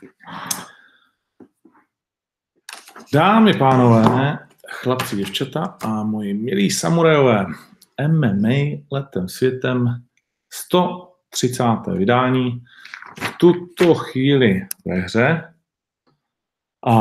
Dámy, pánové, chlapci, děvčata a moji milí samurajové, MMA letem světem 130. vydání v tuto chvíli ve hře a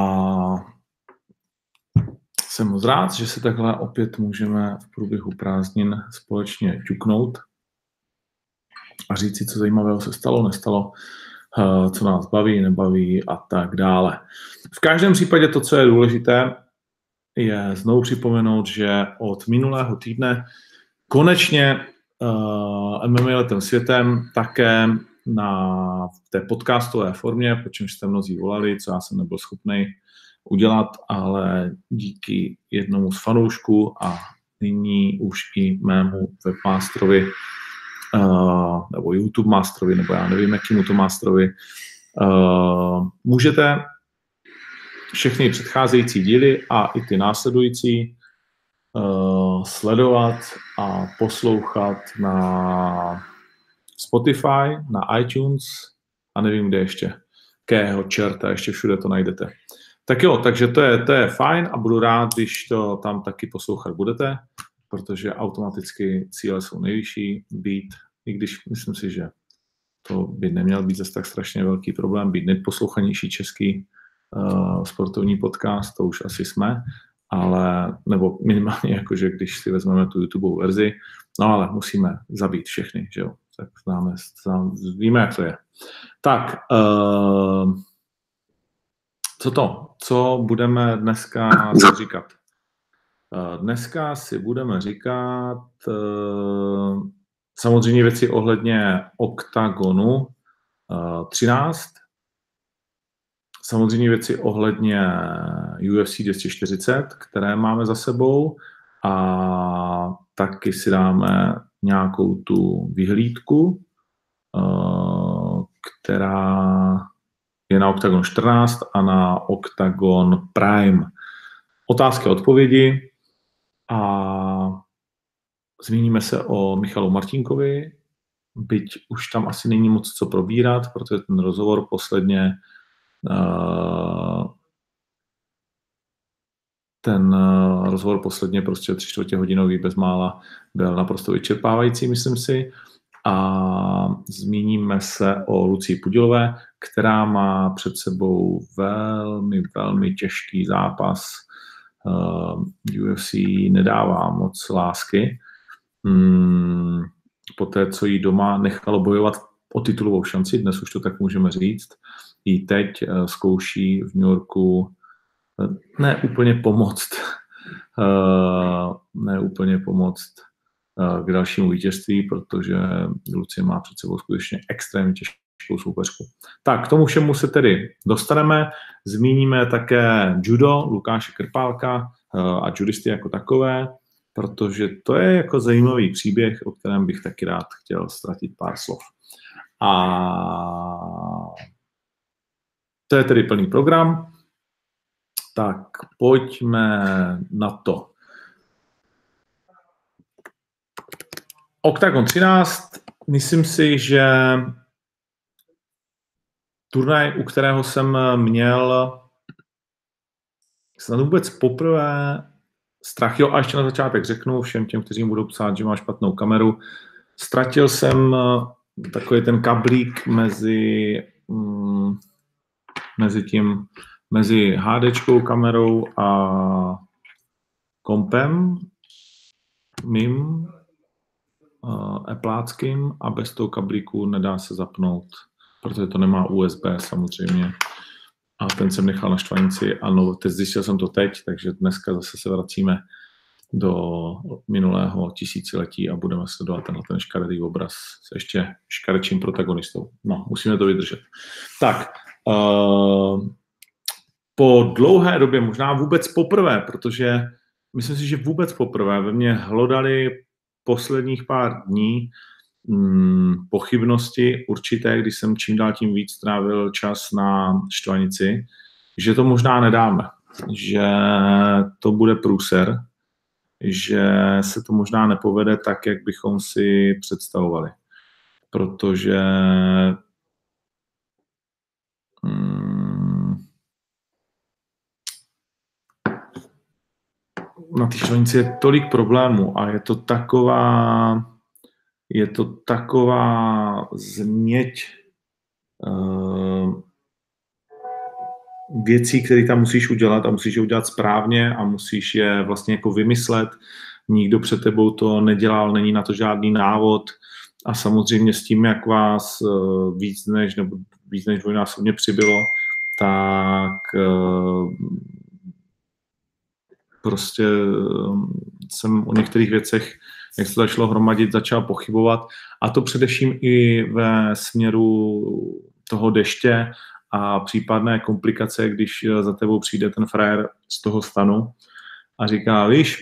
jsem moc rád, že se takhle opět můžeme v průběhu prázdnin společně ťuknout a říct si, co zajímavého se stalo, nestalo, co nás baví, nebaví a tak dále. V každém případě to, co je důležité, je znovu připomenout, že od minulého týdne konečně MMA letem světem také na té podcastové formě, po čem jste mnozí volali, co já jsem nebyl schopný udělat, ale díky jednomu z fanoušků a nyní už i mému webmasterovi nebo YouTube masterovi, nebo já nevím, jakýmu to masterovi, můžete všechny předcházející díly a i ty následující sledovat a poslouchat na Spotify, na iTunes a nevím, kde ještě. Kého čerta, ještě všude to najdete. Tak jo, takže to je fajn a budu rád, když to tam taky poslouchat budete, protože automaticky cíle jsou nejvyšší, být, i když myslím si, že to by neměl být zase tak strašně velký problém, být nejposlouchanější český sportovní podcast, to už asi jsme, ale, nebo minimálně jakože když si vezmeme tu YouTubeovou verzi, no ale musíme zabít všechny, že jo, tak víme, jak to je. Tak, co budeme dneska říkat? Dneska si budeme říkat samozřejmě věci ohledně Oktagonu 13, samozřejmě věci ohledně UFC 240, které máme za sebou a taky si dáme nějakou tu vyhlídku, která je na Oktagon 14 a na Oktagon Prime. Otázky a odpovědi a zmíníme se o Michalu Martinkovi, byť už tam asi není moc co probírat, protože ten rozhovor posledně prostě 3/4 hodinový bezmála byl naprosto vyčerpávající, myslím si. A zmíníme se o Lucii Pudilové, která má před sebou velmi, velmi těžký zápas. UFC nedává moc lásky. Poté, co jí doma nechalo bojovat o titulovou šanci, dnes už to tak můžeme říct, jí teď zkouší v New Yorku ne úplně pomoct k dalšímu vítězství, protože Lucie má před sebou skutečně extrémně těžkou soupeřku. Tak, k tomu všemu se tedy dostaneme. Zmíníme také judo Lukáše Krpálka a judisty jako takové, protože to je jako zajímavý příběh, o kterém bych taky rád chtěl ztratit pár slov. A to je tedy plný program. Tak pojďme na to. Oktagon 13, myslím si, že turnaj, u kterého jsem měl snad vůbec poprvé strach. Jo, a ještě na začátek řeknu všem těm, kteří budou psát, že mám špatnou kameru. Ztratil jsem takový ten kablík mezi HDčkou kamerou a kompem mým Appleáckým a bez toho kablíku nedá se zapnout, protože to nemá USB samozřejmě. A ten jsem nechal na štvanici a zjistil jsem to teď, takže dneska zase se vracíme do minulého tisíciletí a budeme sledovat ten škaredý obraz s ještě škarečím protagonistou. No, musíme to vydržet. Tak, po dlouhé době, možná vůbec poprvé, protože myslím si, že vůbec poprvé ve mně hlodali posledních pár dní pochybnosti určité, když jsem čím dál tím víc strávil čas na štvanici, že to možná nedáme, že to bude průser, že se to možná nepovede tak, jak bychom si představovali. Protože na té štvanici je tolik problémů a je to taková změť věcí, které tam musíš udělat a musíš je udělat správně a musíš je vlastně jako vymyslet. Nikdo před tebou to nedělal, není na to žádný návod a samozřejmě s tím, jak vás víc než dvojnásobně přibylo, tak prostě jsem o některých věcech, jak se začalo hromadit, začal pochybovat a to především i ve směru toho deště a případné komplikace, když za tebou přijde ten frajer z toho stanu a říká, víš,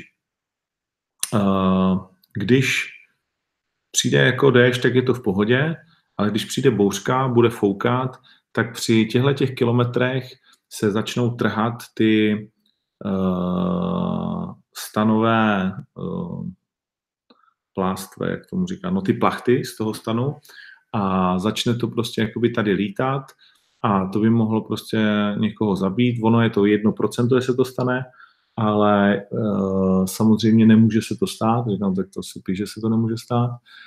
když přijde jako déšť, tak je to v pohodě, ale když přijde bouřka, bude foukat, tak při těchto kilometrech se začnou trhat ty stanové plástve, jak tomu říká, no ty plachty z toho stanu a začne to prostě jakoby tady lítat a to by mohlo prostě někoho zabít. Ono je to 1%, jestli se to stane, ale samozřejmě nemůže se to stát. Říkám, tak to si píš, že se to nemůže stát.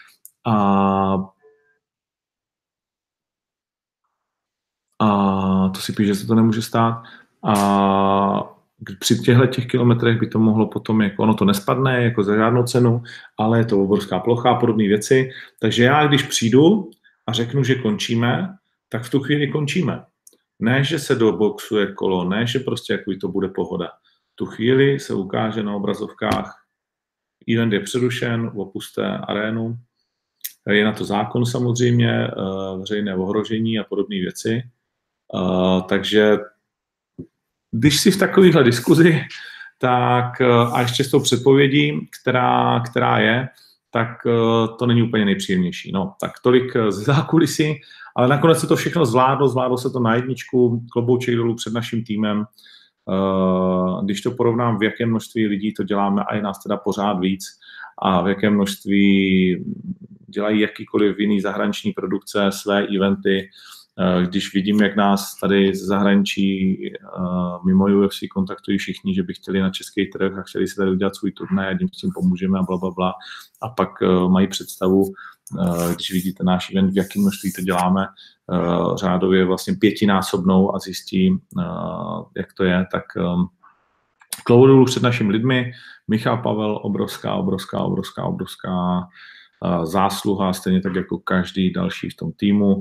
A to si píš, že se to nemůže stát. A při těch kilometrech by to mohlo potom, jako ono to nespadne jako za žádnou cenu, ale je to obrovská plocha a podobné věci. Takže já, když přijdu a řeknu, že končíme, tak v tu chvíli končíme. Ne, že se doboxuje kolo, ne, že prostě jako to bude pohoda. V tu chvíli se ukáže na obrazovkách, event je přerušen, opuste arénu, je na to zákon samozřejmě, veřejné ohrožení a podobné věci. Takže když jsi v takovéhle diskuzi, tak a ještě s tou předpovědí, která je, tak to není úplně nejpříjemnější. No, tak tolik ze zákulisí, ale nakonec se to všechno zvládlo se to na jedničku, klobouček dolů před naším týmem. Když to porovnám, v jakém množství lidí to děláme, a je nás teda pořád víc, a v jakém množství dělají jakýkoliv jiný zahraniční produkce, své eventy. Když vidím, jak nás tady z zahraničí mimo UFC kontaktují všichni, že by chtěli na český trh a chtěli si tady udělat svůj turnaj a s tím pomůžeme a blablabla. A pak mají představu, když vidíte náš event, v jakém množství to děláme, řádově vlastně 5násobnou a zjistí, jak to je, tak klobouk dolů před našimi lidmi. Michal Pavel, obrovská zásluha, stejně tak jako každý další v tom týmu.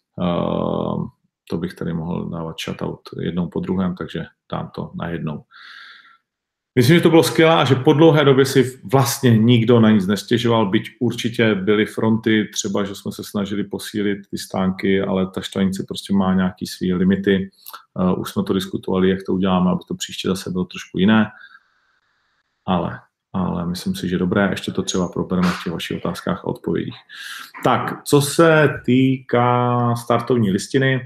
To bych tady mohl dávat shoutout jednou po druhém, takže dám to na jednou. Myslím, že to bylo skvělé a že po dlouhé době si vlastně nikdo na nic nestěžoval, byť určitě byly fronty, třeba, že jsme se snažili posílit ty stánky, ale ta štvanice prostě má nějaký svý limity. Už jsme to diskutovali, jak to uděláme, aby to příště zase bylo trošku jiné, ale myslím si, že dobré, ještě to třeba probereme v těch vašich otázkách a odpovědích. Tak, co se týká startovní listiny,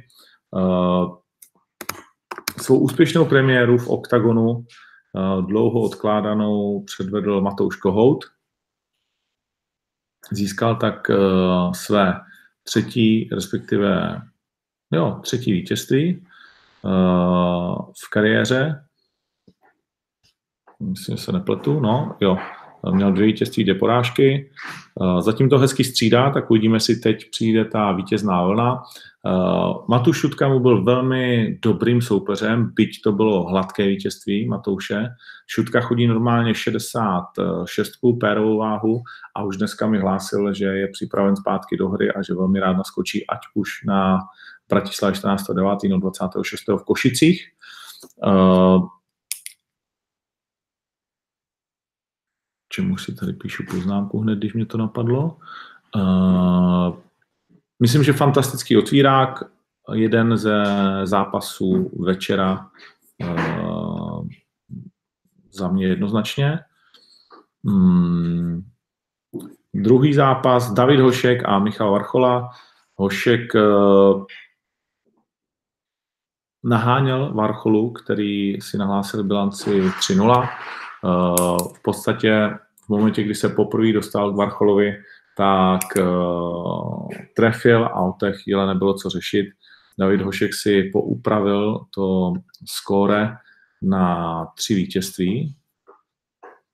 svou úspěšnou premiéru v Oktagonu, dlouho odkládanou, předvedl Matouš Kohout. Získal tak své třetí vítězství v kariéře. Myslím, že se nepletu, měl 2 vítězství, 2 porážky. Zatím to hezky střídá, tak uvidíme, jestli teď přijde ta vítězná vlna. Matouš Šutka mu byl velmi dobrým soupeřem, byť to bylo hladké vítězství Matouše. Šutka chodí normálně 66 pérovou váhu a už dneska mi hlásil, že je připraven zpátky do hry a že velmi rád naskočí, ať už na Bratislavě 14.9. no 26. v Košicích. Čemu si tady píšu poznámku hned, když mě to napadlo. Myslím, že fantastický otvírák, jeden ze zápasů večera za mě jednoznačně. Druhý zápas, David Hošek a Michal Varchola. Hošek naháněl Varcholu, který si nahlásil bilanci 3-0. V podstatě v momentě, kdy se poprvé dostal k Varcholovi, tak trefil a od té chvíle nebylo co řešit. David Hošek si poupravil to skóre na 3 vítězství.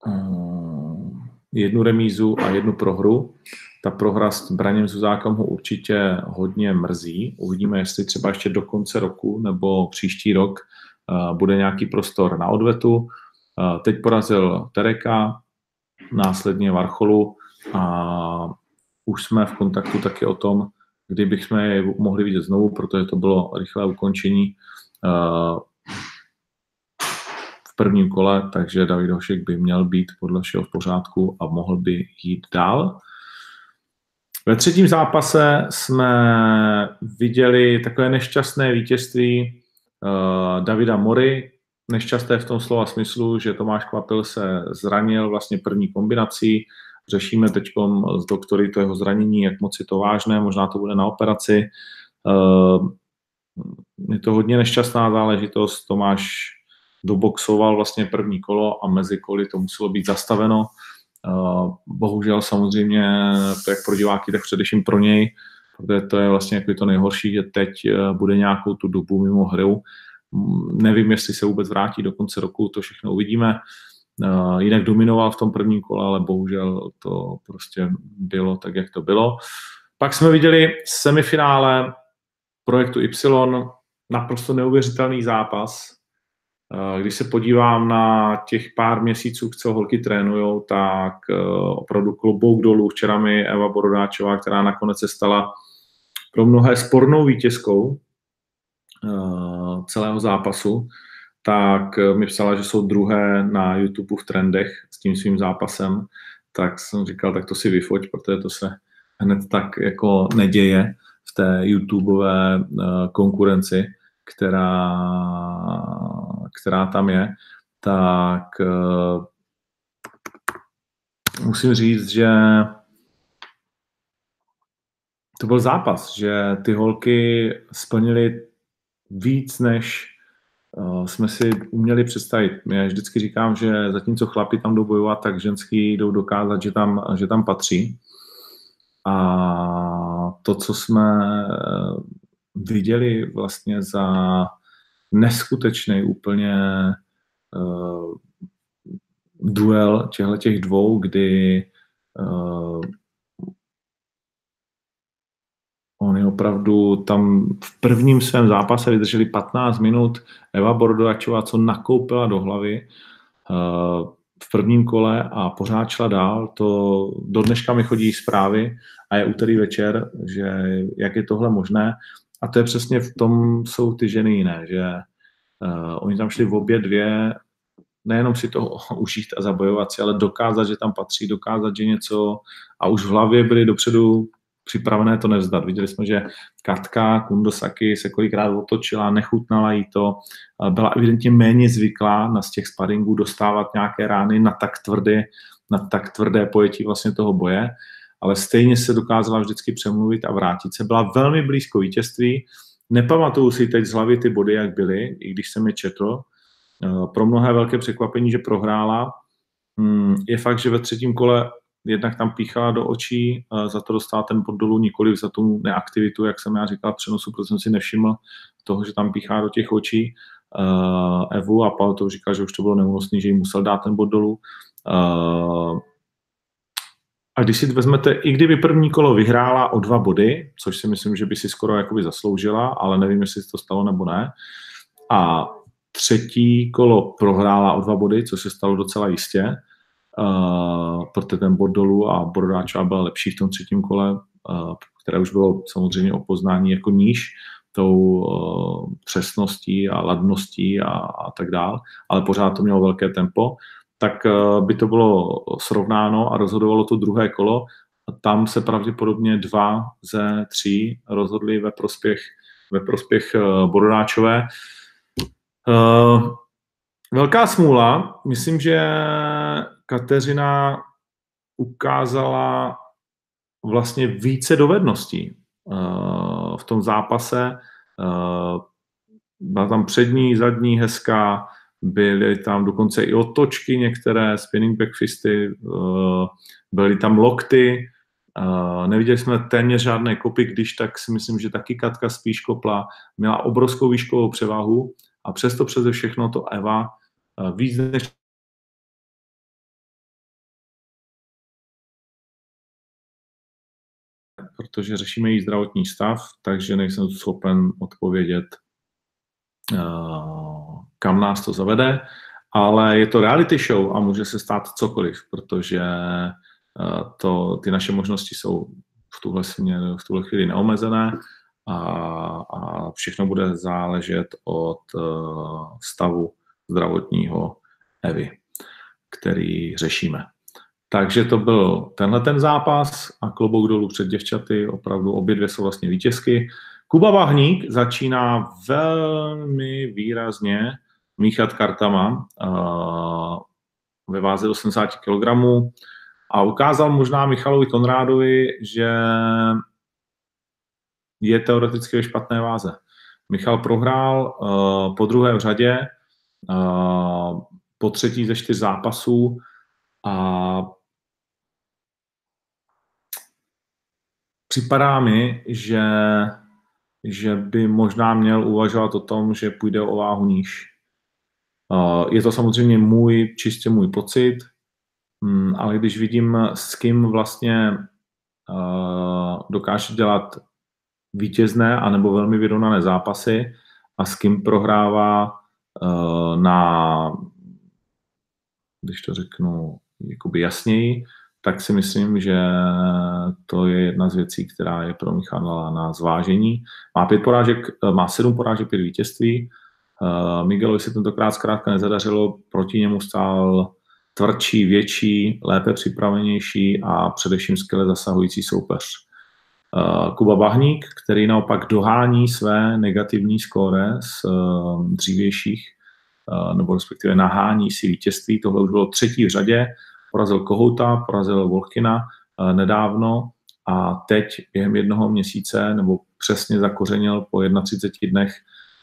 jednu remízu a jednu prohru. Ta prohra s Braněm Zuzákem ho určitě hodně mrzí. Uvidíme, jestli třeba ještě do konce roku nebo příští rok bude nějaký prostor na odvetu. Teď porazil Tereka, následně Varcholu a už jsme v kontaktu taky o tom, kdybychom je mohli vidět znovu, protože to bylo rychlé ukončení v prvním kole, takže David Hošek by měl být podle všeho v pořádku a mohl by jít dál. Ve třetím zápase jsme viděli takové nešťastné vítězství Davida Mory, nešťastné v tom slova smyslu, že Tomáš Kvapil se zranil vlastně první kombinací. Řešíme teď s doktory to jeho zranění, jak moc je to vážné, možná to bude na operaci. Je to hodně nešťastná záležitost. Tomáš doboxoval vlastně první kolo a mezi koly to muselo být zastaveno. Bohužel samozřejmě to jak pro diváky, tak především pro něj, protože to je vlastně jako to nejhorší, že teď bude nějakou tu dobu mimo hru. Nevím, jestli se vůbec vrátí do konce roku, to všechno uvidíme. Jinak dominoval v tom prvním kole, ale bohužel to prostě bylo tak, jak to bylo. Pak jsme viděli semifinále projektu Y, naprosto neuvěřitelný zápas. Když se podívám na těch pár měsíců, co holky trénujou, tak opravdu klobouk dolů. Včera mi Eva Borodáčová, která nakonec se stala pro mnohé spornou vítězkou celého zápasu, tak mi psala, že jsou druhé na YouTube v trendech s tím svým zápasem, tak jsem říkal, tak to si vyfoť, protože to se hned tak jako neděje v té YouTubeové konkurenci, která tam je, tak musím říct, že to byl zápas, že ty holky splnily víc, než jsme si uměli představit. Já vždycky říkám, že zatímco chlapi tam jdou bojovat, tak ženský jdou dokázat, že tam patří. A to, co jsme viděli vlastně za neskutečný úplně duel těch dvou, kdy oni opravdu tam v prvním svém zápase vydrželi 15 minut. Eva Borodáčová, co nakoupila do hlavy v prvním kole a pořád šla dál, to do dneška mi chodí zprávy a je úterý večer, že jak je tohle možné. A to je přesně v tom, jsou ty ženy jiné, že oni tam šli v obě dvě, nejenom si to užít a zabojovat si, ale dokázat, že tam patří, dokázat, že něco a už v hlavě byli dopředu připravené to nevzdat. Viděli jsme, že Katka Kundosaki se kolikrát otočila, nechutnala jí to, byla evidentně méně zvyklá na z těch sparingů dostávat nějaké rány na tak tvrdé pojetí vlastně toho boje, ale stejně se dokázala vždycky přemluvit a vrátit se. Byla velmi blízko vítězství. Nepamatuju si teď z hlavy ty body, jak byly, i když jsem je četl. Pro mnohé velké překvapení, že prohrála. Je fakt, že ve třetím kole jednak tam píchala do očí, za to dostala ten bod dolů, nikoliv za tu neaktivitu, jak jsem já říkal v přenosu, protože jsem si nevšiml toho, že tam píchá do těch očí Evu a Pavel to říkal, že už to bylo neúnosný, že jí musel dát ten bod dolů. A když si vezmete, i kdyby první kolo vyhrála o 2 body, což si myslím, že by si skoro jakoby zasloužila, ale nevím, jestli se to stalo nebo ne, a třetí kolo prohrála o 2 body, což se stalo docela jistě, protože ten bod dolů a Borodáčová byla lepší v tom třetím kole, které už bylo samozřejmě o poznání jako níž, tou přesností a ladností a tak dál, ale pořád to mělo velké tempo, tak by to bylo srovnáno a rozhodovalo to druhé kolo. A tam se pravděpodobně 2 ze 3 rozhodli ve prospěch Borodáčové. Velká smůla. Myslím, že Kateřina ukázala vlastně více dovedností v tom zápase. Byla tam přední, zadní hezká, byly tam dokonce i otočky některé, spinning back fisty, byly tam lokty, neviděli jsme téměř žádné kopy, když tak si myslím, že taky Katka spíš kopla, měla obrovskou výškovou převahu a přesto přeze všechno to Eva víc než protože řešíme její zdravotní stav, takže nejsem schopen odpovědět, kam nás to zavede, ale je to reality show a může se stát cokoliv, protože ty naše možnosti jsou v tuhle chvíli neomezené a všechno bude záležet od stavu zdravotního Evy, který řešíme. Takže to byl tenhle ten zápas a klobouk dolů před děvčaty, opravdu obě dvě jsou vlastně vítězky. Kuba Bahník začíná velmi výrazně míchat kartama ve váze 80 kg a ukázal možná Michalovi Konrádovi, že je teoreticky ve špatné váze. Michal prohrál po druhé v řadě, po třetí ze 4 zápasů a připadá mi, že by možná měl uvažovat o tom, že půjde o váhu níž. Je to samozřejmě čistě můj pocit, ale když vidím, s kým vlastně dokáže dělat vítězné anebo velmi vyrovnané zápasy a s kým prohrává když to řeknu jakoby jasněji, tak si myslím, že to je jedna z věcí, která je pro Michala na zvážení. Má 7 porážek, 5 vítězství. Miguelovi se tentokrát zkrátka nezadařilo, proti němu stál tvrdší, větší, lépe připravenější a především skvěle zasahující soupeř. Kuba Bahník, který naopak dohání své negativní skóre z dřívějších, nebo respektive nahání si vítězství. Tohle už bylo 3. v řadě. Porazil Kohouta, porazil Volchina nedávno a teď během 1 měsíce, nebo přesně zakořenil po 31 dnech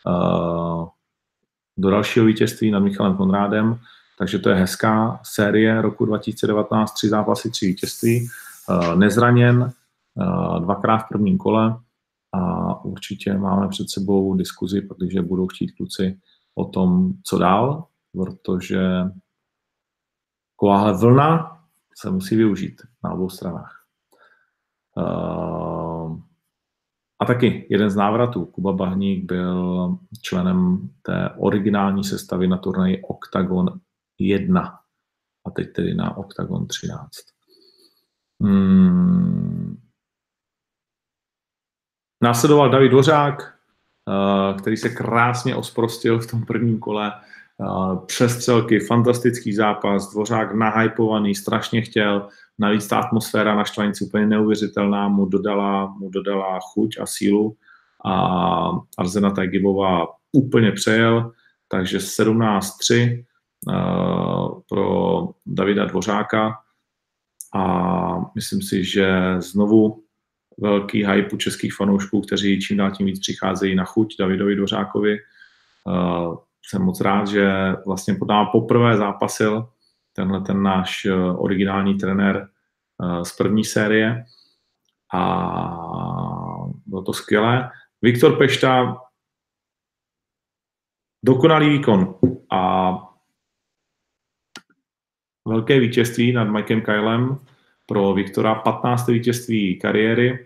do dalšího vítězství nad Michalem Konrádem. Takže to je hezká série roku 2019, 3 zápasy, 3 vítězství. Nezraněn, 2krát v prvním kole a určitě máme před sebou diskuzi, protože budou chtít kluci o tom, co dál, protože takováhle vlna se musí využít na obou stranách. A taky jeden z návratů. Kuba Bahník byl členem té originální sestavy na turnaji Octagon 1 a teď tedy na Octagon 13. Následoval David Dvořák, který se krásně osprostil v tom prvním kole. Přestřelky, fantastický zápas, Dvořák nahypovaný, strašně chtěl, navíc ta atmosféra na štvanici úplně neuvěřitelná, mu dodala chuť a sílu a Arzena Tajgibová úplně přejel, takže 17-3 pro Davida Dvořáka a myslím si, že znovu velký hype u českých fanoušků, kteří čím dál tím víc přicházejí na chuť Davidovi Dvořákovi. Jsem moc rád, že vlastně poprvé zápasil ten náš originální trenér z první série a bylo to skvělé. Viktor Pešta, dokonalý výkon a velké vítězství nad Mikem Kylem pro Viktora, 15. vítězství kariéry.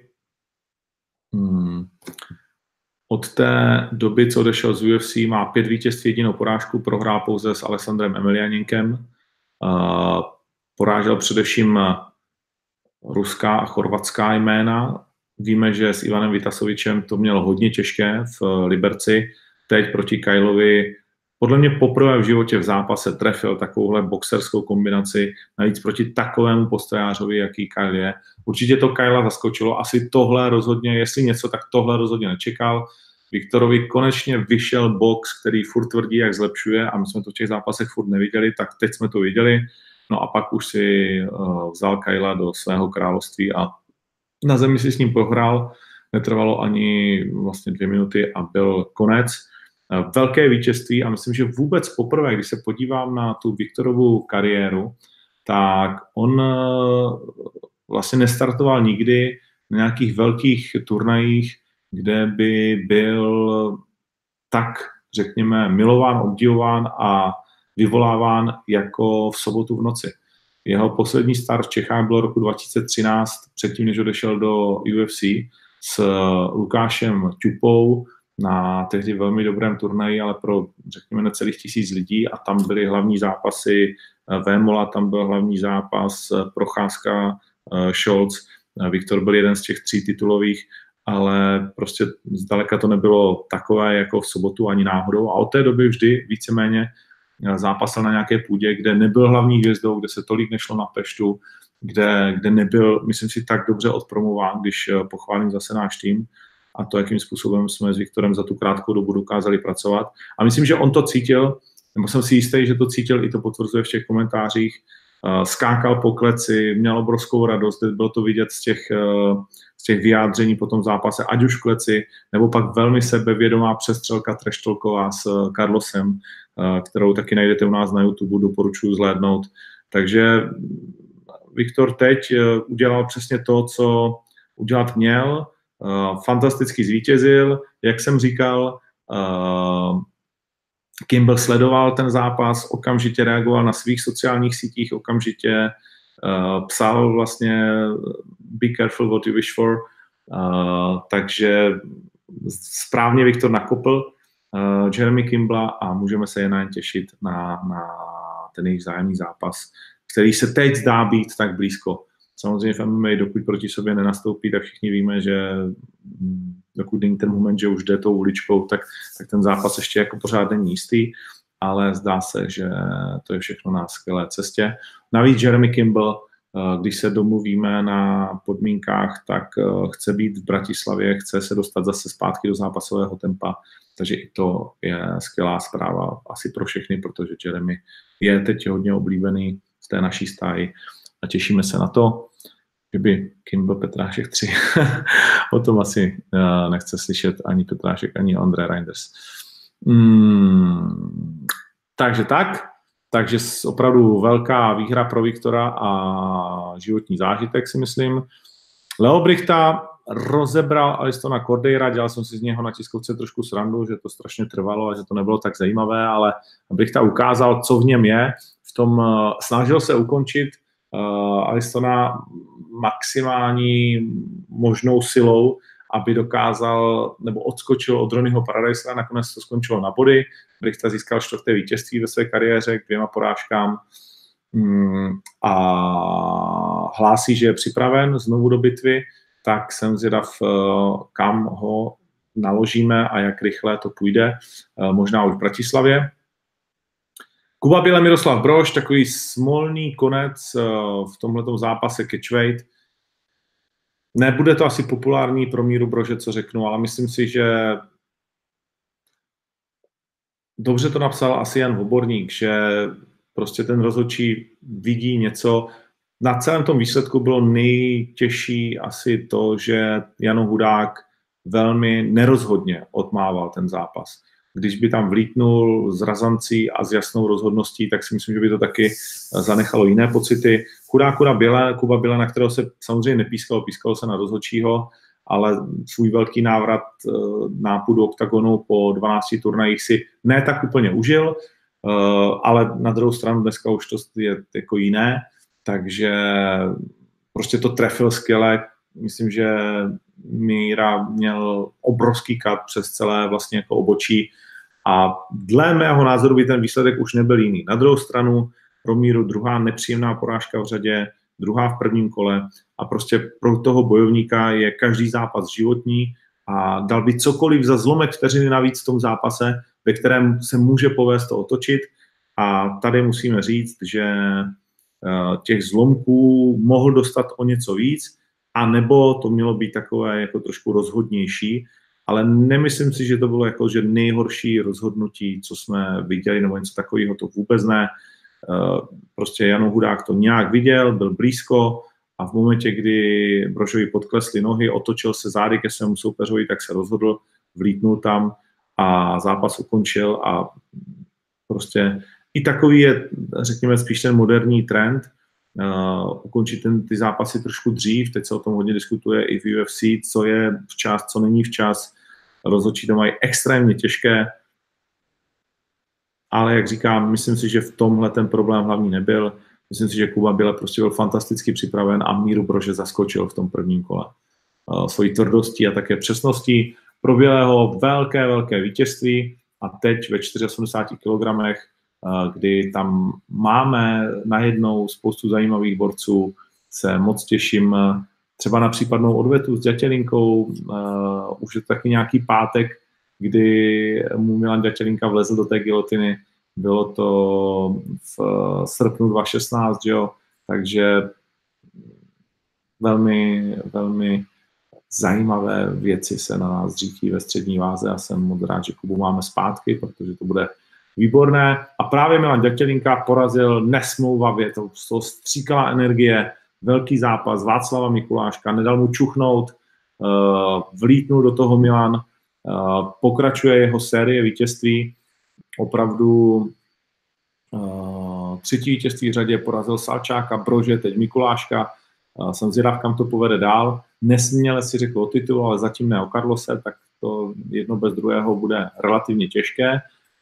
Od té doby, co odešel z UFC, má 5 vítězství, 1 porážku, prohrál pouze s Alessandrem Emelianinkem. Porážel především ruská a chorvatská jména. Víme, že s Ivanem Vitasovičem to měl hodně těžké v Liberci. Teď proti Kylovi podle mě poprvé v životě v zápase trefil takovouhle boxerskou kombinaci, navíc proti takovému postojářovi, jaký Kyle je. Určitě to Kyla zaskočilo, asi tohle rozhodně, jestli něco, tak tohle rozhodně nečekal. Viktorovi konečně vyšel box, který furt tvrdí, jak zlepšuje a my jsme to v těch zápasech furt neviděli, tak teď jsme to viděli. No a pak už si vzal Kyla do svého království a na zemi si s ním prohrál. Netrvalo ani vlastně 2 minuty a byl konec. Velké vítězství a myslím, že vůbec poprvé, když se podívám na tu Viktorovu kariéru, tak on vlastně nestartoval nikdy na nějakých velkých turnajích, kde by byl tak, řekněme, milován, obdivován a vyvoláván jako v sobotu v noci. Jeho poslední start v Čechách byl roku 2013, předtím, než odešel do UFC s Lukášem Ťupou na tehdy velmi dobrém turnaji, ale pro, řekněme, necelých 1000 lidí, a tam byly hlavní zápasy Vémola, tam byl hlavní zápas Procházka, Scholz. Viktor byl jeden z těch 3 titulových, ale prostě zdaleka to nebylo takové jako v sobotu ani náhodou, a od té doby vždy víceméně zápasil na nějaké půdě, kde nebyl hlavní hvězdou, kde se tolik nešlo na peštu, kde nebyl, myslím si, tak dobře odpromován, když pochválím zase náš tým a to, jakým způsobem jsme s Viktorem za tu krátkou dobu dokázali pracovat. A myslím, že on to cítil, nebo jsem si jistý, že to cítil, i to potvrzuje v těch komentářích, skákal po kleci, měl obrovskou radost, bylo to vidět z těch vyjádření po tom zápase, ať už v kleci, nebo pak velmi sebevědomá přestřelka treštovková s Carlosem, kterou taky najdete u nás na YouTube, doporučuji zhlédnout. Takže Viktor teď udělal přesně to, co udělat měl, fantasticky zvítězil, jak jsem říkal, Kimble sledoval ten zápas, okamžitě reagoval na svých sociálních sítích, okamžitě psal vlastně be careful what you wish for, takže správně Viktor nakopl Jeremy Kimbla a můžeme se jen těšit na ten jejich vzájemný zápas, který se teď zdá být tak blízko. Samozřejmě v MMA, dokud proti sobě nenastoupí, tak všichni víme, že dokud není ten moment, že už jde tou uličkou, tak ten zápas ještě jako pořád není jistý, ale zdá se, že to je všechno na skvělé cestě. Navíc Jeremy Kimble, když se domluvíme na podmínkách, tak chce být v Bratislavě, chce se dostat zase zpátky do zápasového tempa, takže i to je skvělá zpráva asi pro všechny, protože Jeremy je teď hodně oblíbený v té naší stáji a těšíme se na to, kdyby Kimble Petrášek 3. O tom asi nechce slyšet ani Petrášek, ani Andre Reinders. Takže opravdu velká výhra pro Viktora a životní zážitek, si myslím. Leo Brichta rozebral Alistona Cordeira, dělal jsem si z něho na tiskovce trošku srandu, že to strašně trvalo a že to nebylo tak zajímavé, ale Brichta ukázal, co v něm je. V tom snažil se ukončit Alistona maximální možnou silou, aby dokázal, nebo odskočil od Ronnieho Paradisera, nakonec to skončilo na body. Brichta získal 4. vítězství ve své kariéře k 2 porážkám a hlásí, že je připraven znovu do bitvy, tak jsem zvědav, kam ho naložíme a jak rychle to půjde, možná už v Bratislavě. Kuba Běle, Miroslav Brož, takový smolný konec v tomhletom zápase catchweight. Nebude to asi populární pro Míru Brože, co řeknu, ale myslím si, že dobře to napsal asi Jan Voborník, že prostě ten rozhodčí vidí něco. Na celém tom výsledku bylo nejtěžší asi to, že Jan Hudák velmi nerozhodně odmával ten zápas. Když by tam vlítnul s razancí a s jasnou rozhodností, tak si myslím, že by to taky zanechalo jiné pocity. Chudá Kuba Běle, na kterého se samozřejmě pískalo se na rozhodčího, ale svůj velký návrat na půdu oktagonu po 12 turnajích si ne tak úplně užil, ale na druhou stranu dneska už to je jako jiné, takže prostě to trefil skvěle. Myslím, že Míra měl obrovský kat přes celé vlastně jako obočí a dle mého názoru by ten výsledek už nebyl jiný. Na druhou stranu pro Míru druhá nepříjemná porážka v řadě, druhá v prvním kole a prostě pro toho bojovníka je každý zápas životní a dal by cokoliv za zlomek vteřiny navíc v tom zápase, ve kterém se může povést to otočit a tady musíme říct, že těch zlomků mohl dostat o něco víc, a nebo to mělo být takové jako trošku rozhodnější, ale nemyslím si, že to bylo jako že nejhorší rozhodnutí, co jsme viděli, nebo něco takového, to vůbec ne. Prostě Jan Hudák to nějak viděl, byl blízko a v momentě, kdy Brožovi podklesly nohy, otočil se zády ke svému soupeřovi, tak se rozhodl, vlítnul tam a zápas ukončil a prostě i takový je, řekněme, spíš ten moderní trend, ukončit ty zápasy trošku dřív, teď se o tom hodně diskutuje i v UFC, co je včas, co není včas, rozhodčí to mají extrémně těžké, ale jak říkám, myslím si, že v tomhle ten problém hlavní nebyl, Myslím si, že Kuba Běle prostě byl fantasticky připraven a Míru Brože zaskočil v tom prvním kole. Svojí tvrdostí a také přesností. Pro Bělého velké vítězství a teď ve 84 kg, kdy tam máme najednou spoustu zajímavých borců, se moc těším třeba na případnou odvetu s Ďatělinkou. Už je taky nějaký pátek, kdy mu Milan Ďatělinka vlezl do té gilotiny. Bylo to v srpnu 2016, jo? Takže velmi zajímavé věci se na nás řítí ve střední váze a jsem moc rád, že Kubu máme zpátky, protože to bude výborné. A právě Milan Ďatělinka porazil nesmlouvavě, to stříkala energie, velký zápas Václava Mikuláška, nedal mu čuchnout, vlítnul do toho Milan, pokračuje jeho série vítězství, opravdu třetí vítězství v řadě, porazil Salčáka, Brože, teď Mikuláška. Jsem zvědav, kam to povede dál. Nesměle si řekl o titul, ale zatím ne o Carlose, tak to jedno bez druhého bude relativně těžké,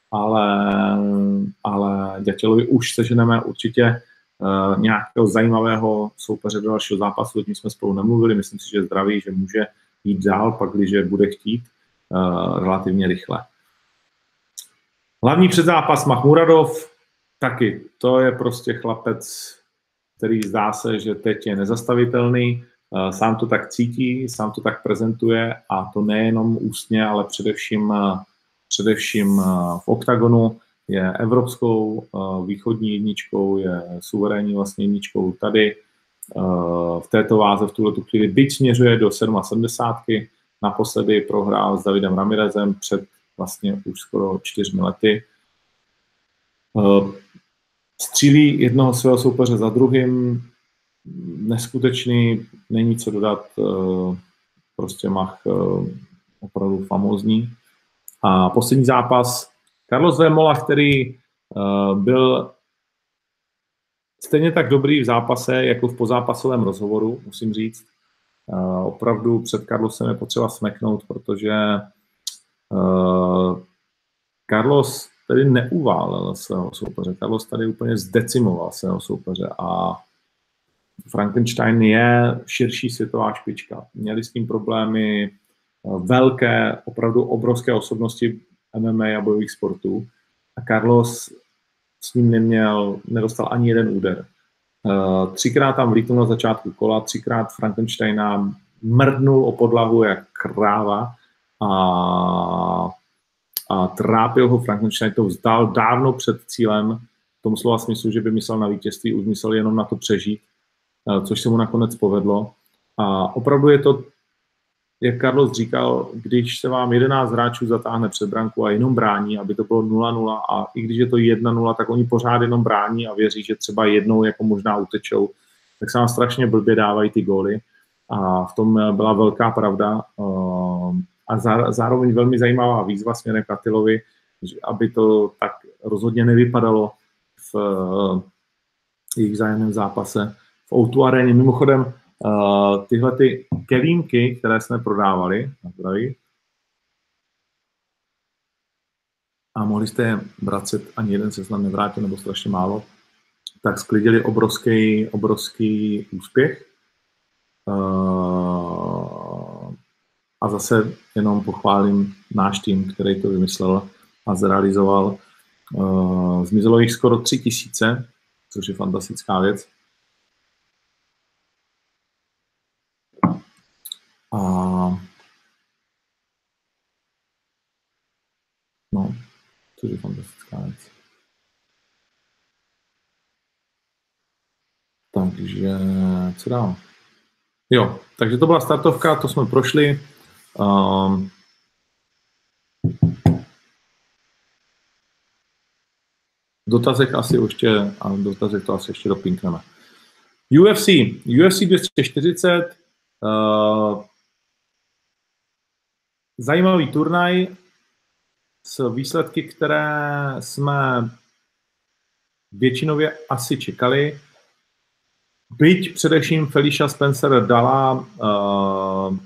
ale Ďatělovi už seženeme určitě nějakého zajímavého soupeře do dalšího zápasu, o tím jsme spolu nemluvili, myslím si, že je zdravý, že může jít dál, pak když bude chtít relativně rychle. Hlavní předzápas Makhmuradov, taky, to je prostě chlapec, který zdá se, že teď je nezastavitelný, sám to tak cítí, sám to tak prezentuje a to nejenom ústně, ale především v oktagonu, je evropskou východní jedničkou, je suverénní vlastně jedničkou tady v této váze v tuhletu chvíli, byť směřuje do 77. Naposledy prohrál s Davidem Ramirezem před vlastně už skoro 4 lety. Střílí jednoho svého soupeře za druhým, neskutečný, není co dodat, prostě Mach opravdu famózní. A poslední zápas Carlos Vémola, který byl stejně tak dobrý v zápase, jako v pozápasovém rozhovoru, musím říct. Opravdu před Carlosem je potřeba smeknout, protože Carlos tady neuválel svého soupeře. Carlos tady úplně zdecimoval svého soupeře a Frankenstein je širší světová špička. Měli s tím problémy velké, opravdu obrovské osobnosti MMA a bojových sportů a Carlos s ním nedostal ani jeden úder. 3krát tam vlítnul na začátku kola, 3krát Frankensteina mrdnul o podlahu jak kráva a trápil ho Frankenstein, to vzdal dávno před cílem, v tom slova smyslu, že by myslel na vítězství, už myslel jenom na to přežít, což se mu nakonec povedlo. A opravdu je to, jak Carlos říkal, když se vám 11 hráčů zatáhne před branku a jenom brání, aby to bylo 0-0 a i když je to 1-0, tak oni pořád jenom brání a věří, že třeba jednou jako možná utečou, tak se vám strašně blbě dávají ty góly a v tom byla velká pravda a zároveň velmi zajímavá výzva směrem k Attilovi, aby to tak rozhodně nevypadalo v jejich vzájemném zápase v O2 aréně. Mimochodem, tyhle ty kelímky, které jsme prodávali, a mohli jste je vracet, ani jeden se snad nevrátil, nebo strašně málo, tak sklidili obrovský úspěch. A zase jenom pochválím náš tým, který to vymyslel a zrealizoval. Zmizelo jich skoro 3000, což je fantastická věc. Což je fantastická věc. Takže, co dál? Jo, takže to byla startovka, to jsme prošli. Dotazech asi ještě, a dotazech to asi ještě dopinkneme. UFC 240, zajímavý turnaj s výsledky, které jsme většinově asi čekali. Byť především Felicia Spencer dala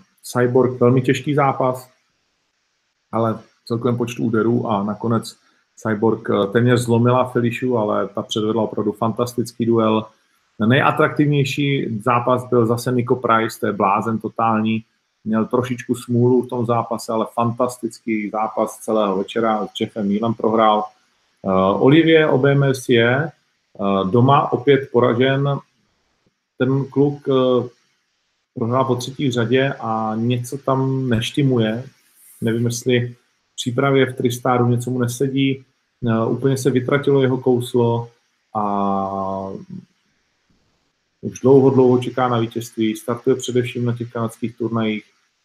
Cyborg velmi těžký zápas, ale v celkovém počtu úderů a nakonec Cyborg téměř zlomila Felišu, ale ta předvedla opravdu fantastický duel. Nejatraktivnější zápas byl zase Nico Price, to je blázen totální. Měl trošičku smůlu v tom zápase, ale fantastický zápas celého večera. S Jeffem Nealem prohrál. Olivier Aubin-Mercier doma opět poražen. Ten kluk prohrál po třetí řadě a něco tam neštimuje. Nevím, jestli v přípravě v Tristaru něco mu nesedí. Úplně se vytratilo jeho kouslo a už dlouho čeká na vítězství. Startuje především na těch kanadských turnajích.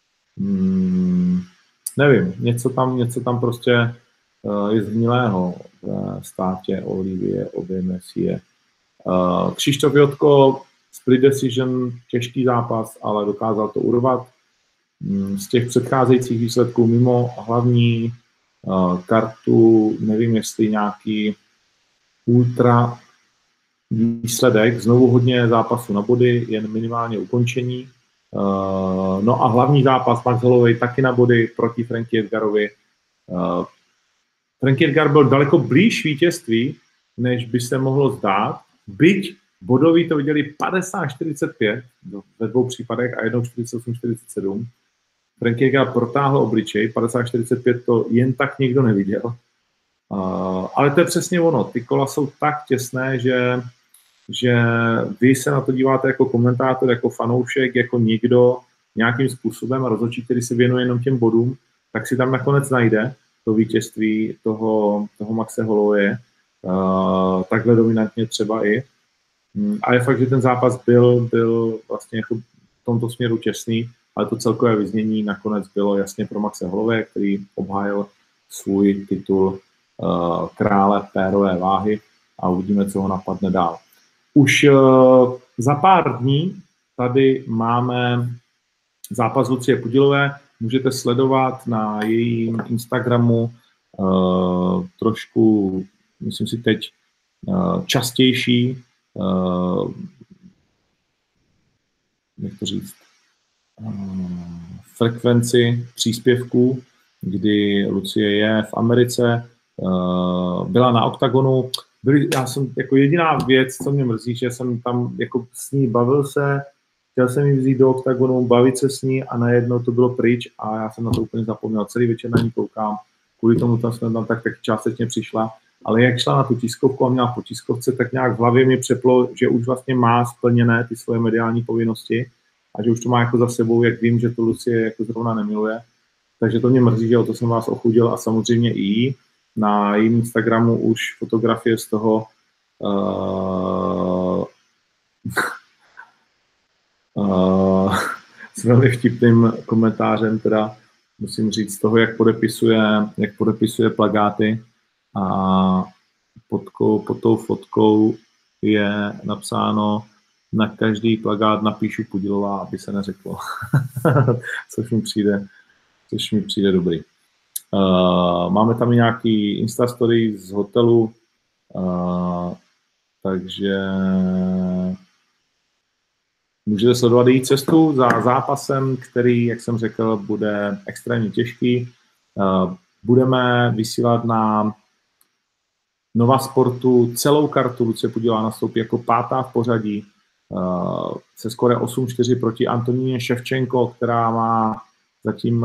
Nevím, něco tam prostě je zhnilého v státě Olivier Aubin-Mercier. Křištof Jotko, split decision, těžký zápas, ale dokázal to urvat. Z těch předcházejících výsledků mimo hlavní kartu, nevím, jestli nějaký ultra výsledek, znovu hodně zápasů na body, jen minimálně ukončení. No a hlavní zápas Max Holloway taky na body proti Frankie Edgarovi. Frankie Edgar byl daleko blíž vítězství, než by se mohlo zdát, byť bodoví to viděli 50-45 ve dvou případech a jednou 48-47. Frankie Edgar protáhl obličej, 50-45 to jen tak nikdo neviděl. Ale to je přesně ono, ty kola jsou tak těsné, že vy se na to díváte jako komentátor, jako fanoušek, jako někdo nějakým způsobem a rozhodčí, který se věnuje jenom těm bodům, tak si tam nakonec najde to vítězství toho Maxe Hollowaye, takhle dominantně třeba i. A je fakt, že ten zápas byl vlastně jako v tomto směru těsný, ale to celkové vyznění nakonec bylo jasně pro Maxe Hollowaye, který obhájil svůj titul krále pérové váhy a uvidíme, co ho napadne dál. Už za pár dní tady máme zápas Lucie Pudilové. Můžete sledovat na jejím Instagramu trošku, myslím si teď, častější, jak to říct, frekvenci příspěvků, kdy Lucie je v Americe, byla na Oktagonu. Já jsem jako jediná věc, co mě mrzí, že jsem tam jako s ní bavil se, chtěl jsem jí vzít do Oktagonu, bavit se s ní a najednou to bylo pryč a já jsem na to úplně zapomněl. Celý večer na ní koukám, kvůli tomu tam jsme tam tak částečně přišla, ale jak šla na tu tiskovku a měla po tiskovce, tak nějak v hlavě mi přeplo, že už vlastně má splněné ty svoje mediální povinnosti a že už to má jako za sebou, jak vím, že to Lucie jako zrovna nemiluje. Takže to mě mrzí, že o to jsem vás ochudil a samozřejmě i jí. Na jejím Instagramu už fotografie z toho s velmi vtipným komentářem, teda musím říct, z toho, jak podepisuje plakáty a pod tou fotkou je napsáno na každý plakát napíšu Pudilová, aby se neřeklo, což mi přijde dobrý. Máme tam i nějaký Instastory z hotelu, takže můžete sledovat její cestu za zápasem, který, jak jsem řekl, bude extrémně těžký. Budeme vysílat na Nova Sportu celou kartu. Lucie Pudilová nastoupí jako pátá v pořadí se skóre 8-4 proti Antoníně Ševčenko, která má zatím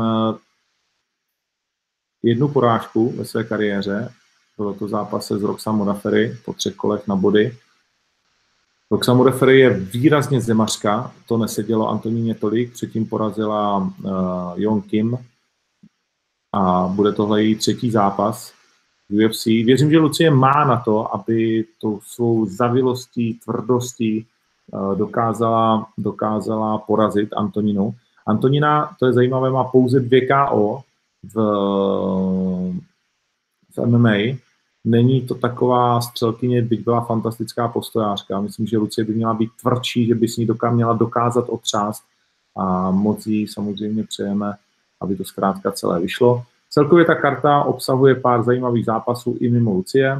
jednu porážku ve své kariéře. Bylo to zápase s Roxanou Modafferi po 3 kolech na body. Roxana Modafferi je výrazně zemařka, to nesedělo Antoníně tolik, předtím porazila Yeon Kim a bude tohle její 3. zápas v UFC. Věřím, že Lucie má na to, aby tou svou zavilostí, tvrdostí dokázala porazit Antoninu. Antonina, to je zajímavé, má pouze 2 KO v MMA. Není to taková střelkyně, byť byla fantastická postojářka. Myslím, že Lucie by měla být tvrdší, že by s ní měla dokázat otřást a moc jí samozřejmě přejeme, aby to zkrátka celé vyšlo. Celkově ta karta obsahuje pár zajímavých zápasů i mimo Lucie.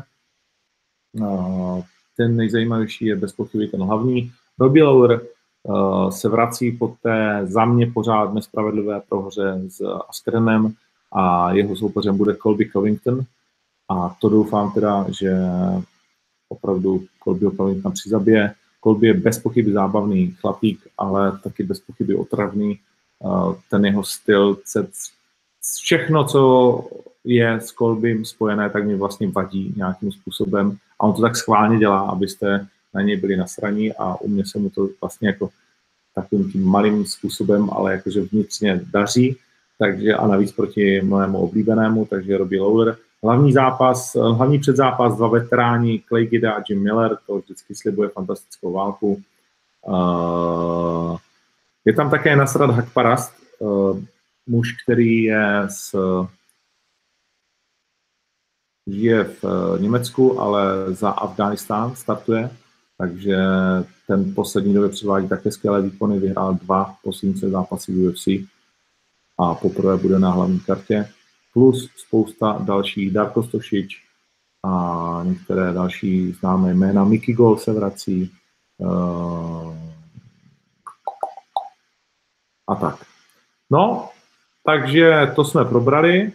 Ten nejzajímavější je bez pochyby ten hlavní. Robbie Lawler se vrací po té za mě pořád nespravedlivé prohře s Askrenem a jeho soupeřem bude Colby Covington. A to doufám teda, že opravdu Colby opravdu tam přizabije. Colby je bez pochyby zábavný chlapík, ale taky bez pochyby otravný. Ten jeho styl, všechno, co je s Colbym spojené, tak mi vlastně vadí nějakým způsobem. A on to tak schválně dělá, abyste na něj byli nasraní a u mě se mu to vlastně jako takovým tím malým způsobem, ale jakože vnitřně daří. Takže a navíc proti mému oblíbenému, takže Robbie Lawler. Hlavní předzápas, 2 veteráni, Clay Guida a Jim Miller, to vždycky slibuje fantastickou válku. Je tam také Nasrat Haqparast, muž, který žije v Německu, ale za Afghánistán startuje, takže ten poslední době předvádí také skvělé výkony, vyhrál 2 poslední zápasy v UFC a poprvé bude na hlavní kartě, plus spousta dalších, Darko Stošič a některé další známé jména. Mickey Gall se vrací a tak. No, takže to jsme probrali.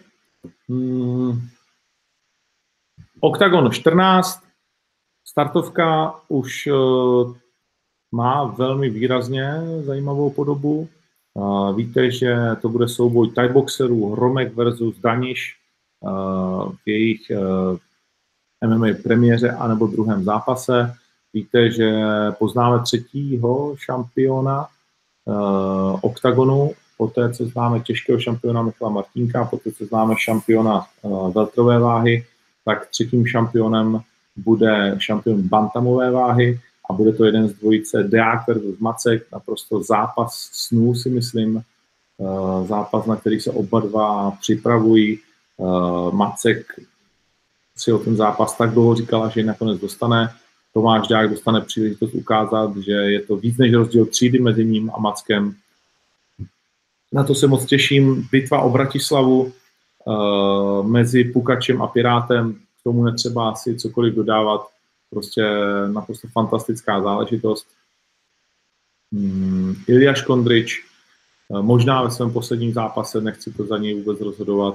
Octagon 14, startovka už má velmi výrazně zajímavou podobu. Víte, že to bude souboj thaiboxerů Hromek versus Daniš v jejich MMA premiéře anebo druhém zápase. Víte, že poznáme 3. šampiona Octagonu, poté, co známe těžkého šampiona Michala Martínka, poté, co známe šampiona welterové váhy, tak 3. šampionem bude šampion bantamové váhy a bude to jeden z dvojice Deák versus Macek, naprosto zápas snů, si myslím. Zápas, na který se oba dva připravují. Macek si o ten zápas tak dlouho říkala, že ji nakonec dostane. Tomáš Deák dostane příležitost ukázat, že je to víc než rozdíl třídy mezi ním a Mackem. Na to se moc těším. Bitva o Bratislavu mezi Pukačem a Pirátem, k tomu netřeba asi cokoliv dodávat. Prostě naprosto fantastická záležitost. Ilja Škondrič, možná ve svém posledním zápase, nechci to za něj vůbec rozhodovat.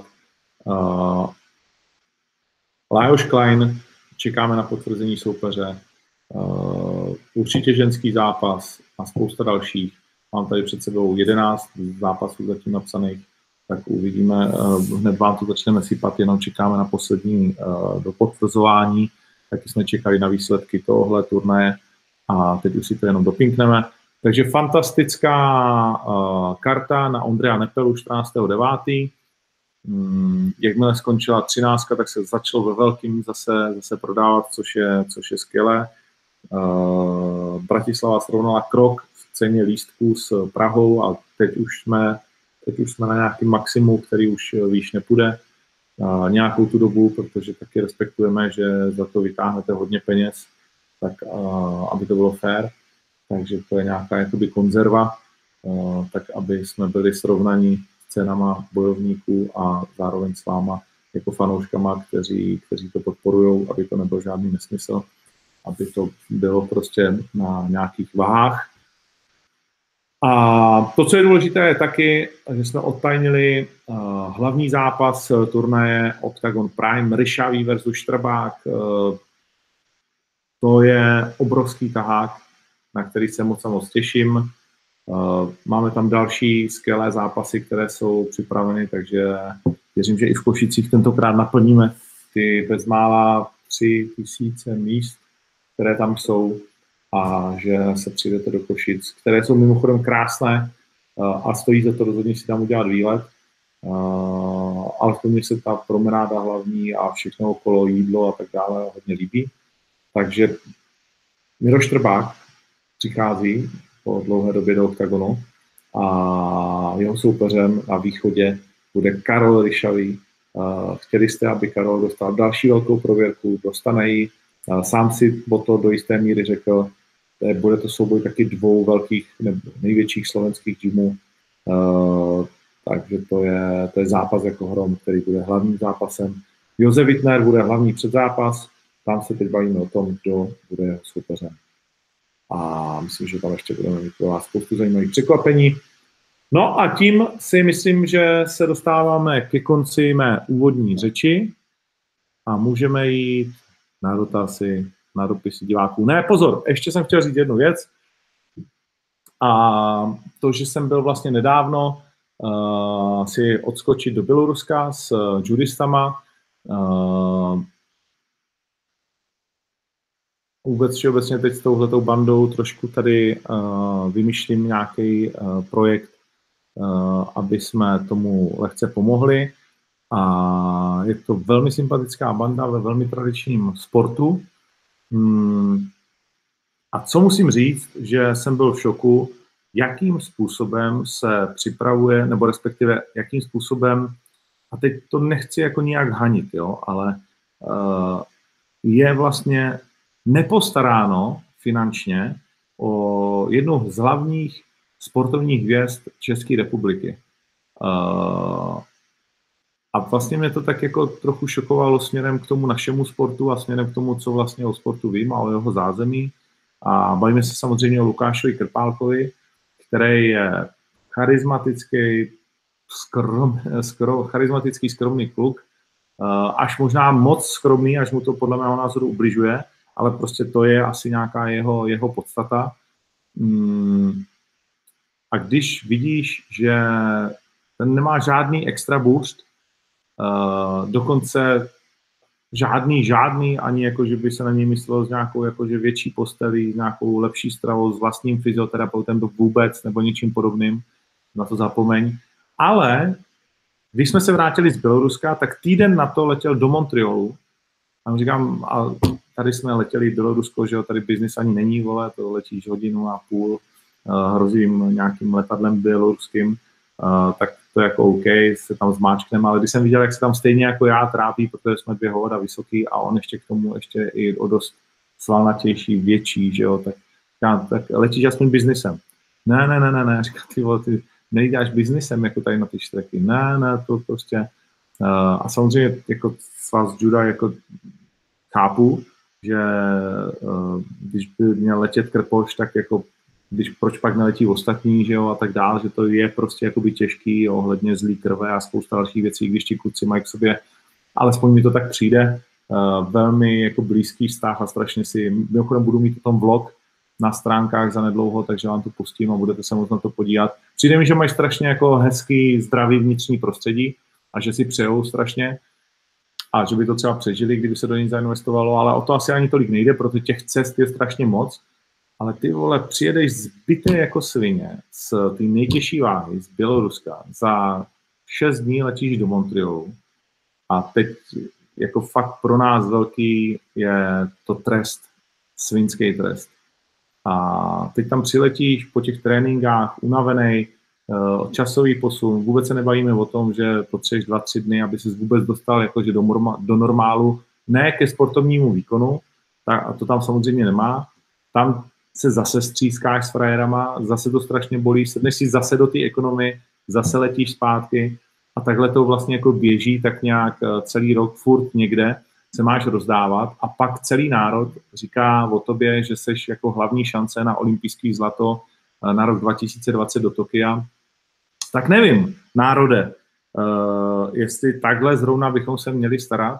Lajos Klein, čekáme na potvrzení soupeře. Určitě ženský zápas a spousta dalších. Mám tady před sebou 11 zápasů zatím napsaných, tak uvidíme. Hned vám to začneme sypat, jenom čekáme na poslední do potvrzování. Taky jsme čekali na výsledky tohohle turnaje a teď už si to jenom dopinkneme. Takže fantastická karta na Ondřeja Nepelu 14.9. Jakmile skončila 13, tak se začalo ve velkým zase prodávat, což je skvělé. Bratislava srovnala krok v ceně lístků s Prahou a teď už jsme na nějakém maximu, který už výš nepůjde. Nějakou tu dobu, protože taky respektujeme, že za to vytáhnete hodně peněz, tak aby to bylo fair. Takže to je nějaká jakoby konzerva, tak aby jsme byli srovnaní s cenama bojovníků a zároveň s váma jako fanouškama, kteří to podporují, aby to nebyl žádný nesmysl, aby to bylo prostě na nějakých váhách. A to, co je důležité, je taky, že jsme odtajnili hlavní zápas turnaje Octagon Prime, Ryšavý versus Štrbák. To je obrovský tahák, na který se moc těším. Máme tam další skvělé zápasy, které jsou připraveny, takže věřím, že i v Košicích tentokrát naplníme ty bezmála 3000 míst, které tam jsou, a že se přijdete do Košic, které jsou mimochodem krásné a stojí za to rozhodně si tam udělat výlet. Ale v tom se ta promenáda hlavní a všechno okolo, jídlo a tak dále hodně líbí. Takže Miroš Štrbák přichází po dlouhé době do Octagonu a jeho soupeřem na východě bude Karol Ryšavý. Chtěli jste, aby Karol dostal další velkou prověrku, dostane ji. Sám si o to do jisté míry řekl, bude to souboj taky 2 velkých, největších slovenských gymů, takže to je zápas jako hrom, který bude hlavním zápasem. Josef Wittner bude hlavní předzápas, tam se teď bavíme o tom, kdo bude jeho soupeřem. A myslím, že tam ještě budeme mít pro vás spoustu zajímavých překvapení. No a tím si myslím, že se dostáváme ke konci mé úvodní řeči. a můžeme jít na dotazy, na dopisy diváků. Ne, pozor, ještě jsem chtěl říct jednu věc. A to, že jsem byl vlastně nedávno si odskočit do Běloruska s judistama, vůbec všeobecně teď s touhletou bandou trošku tady vymýšlím nějaký projekt, aby jsme tomu lehce pomohli. A je to velmi sympatická banda ve velmi tradičním sportu. A co musím říct, že jsem byl v šoku, jakým způsobem se připravuje, nebo respektive jakým způsobem, a teď to nechci jako nijak hanit, jo, ale je vlastně nepostaráno finančně o jednu z hlavních sportovních hvězd České republiky. A vlastně mě to tak jako trochu šokovalo směrem k tomu našemu sportu a směrem k tomu, co vlastně o sportu vím a o jeho zázemí. A bavíme se samozřejmě o Lukášovi Krpálkovi, který je charismatický, skromný kluk, až možná moc skromný, až mu to podle mého názoru ubližuje, ale prostě to je asi nějaká jeho podstata. A když vidíš, že ten nemá žádný extra boost, dokonce žádný, ani jako, že by se na něj myslelo s nějakou jakože větší postelí, s nějakou lepší stravou, s vlastním fyzioterapeutem vůbec, nebo něčím podobným, na to zapomeň. Ale když jsme se vrátili z Běloruska, tak týden na to letěl do Montrealu. A říkám, a tady jsme letěli Bělorusko, že jo, tady biznis ani není, vole, to letíš 1,5 hodiny hrozím nějakým letadlem běloruským, tak to jako OK, se tam zmáčkneme, ale když jsem viděl, jak se tam stejně jako já trápí, protože jsme 2 hovada vysoký a on ještě k tomu ještě i o dost svalnatější, větší, že jo, tak letíš aspoň biznisem. Ne, říká, ty vole, ty nejdáš biznisem jako tady na ty štreky. Ne, to prostě. A samozřejmě jako svaz juda jako chápu, že když by měl letět Krpoš, tak jako proč pak neletí ostatní, že jo, a tak dále, že to je prostě jakoby těžký, ohledně zlý krve a spousta dalších věcí, když ti kluci mají k sobě, alespoň mi to tak přijde, velmi jako blízký vztah a strašně si, mimochodem budu mít potom vlog na stránkách zanedlouho, takže vám to pustím a budete se moct na to podívat. Přijde mi, že mají strašně jako hezký, zdravý vnitřní prostředí a že si přejou strašně a že by to třeba přežili, kdyby se do něj zainvestovalo, ale o to asi ani tolik nejde, protože těch cest je strašně moc. Ale ty vole, přijedeš zbyté jako svině z té nejtěžší váhy z Běloruska, za 6 dní letíš do Montrealu a teď jako fakt pro nás velký je to trest, svinský trest. A teď tam přiletíš po těch tréninkách unavený, časový posun, vůbec se nebavíme o tom, že potřebuješ 2-3 dny, aby ses vůbec dostal jakože do normálu, ne ke sportovnímu výkonu, a to tam samozřejmě nemá, tam se zase střískáš s frajerama, zase to strašně bolí, sedneš si zase do té ekonomie, zase letíš zpátky a takhle to vlastně jako běží tak nějak celý rok, furt někde se máš rozdávat a pak celý národ říká o tobě, že seš jako hlavní šance na olympijský zlato na rok 2020 do Tokia. Tak nevím, národe, jestli takhle zrovna bychom se měli starat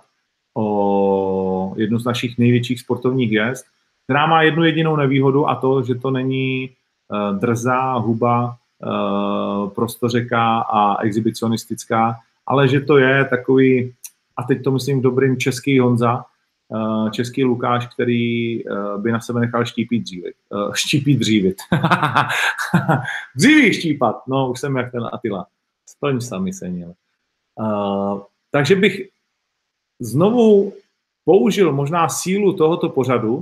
o jednu z našich největších sportovních hvězd, která má jednu jedinou nevýhodu a to, že to není drzá huba, prostořeka a exhibicionistická, ale že to je takový, a teď to myslím dobrým český Honza, český Lukáš, který by na sebe nechal štípit dřívit. Dříví štípat, no už jsem jak ten Attila. Splň sami se měl. Takže bych znovu použil možná sílu tohoto pořadu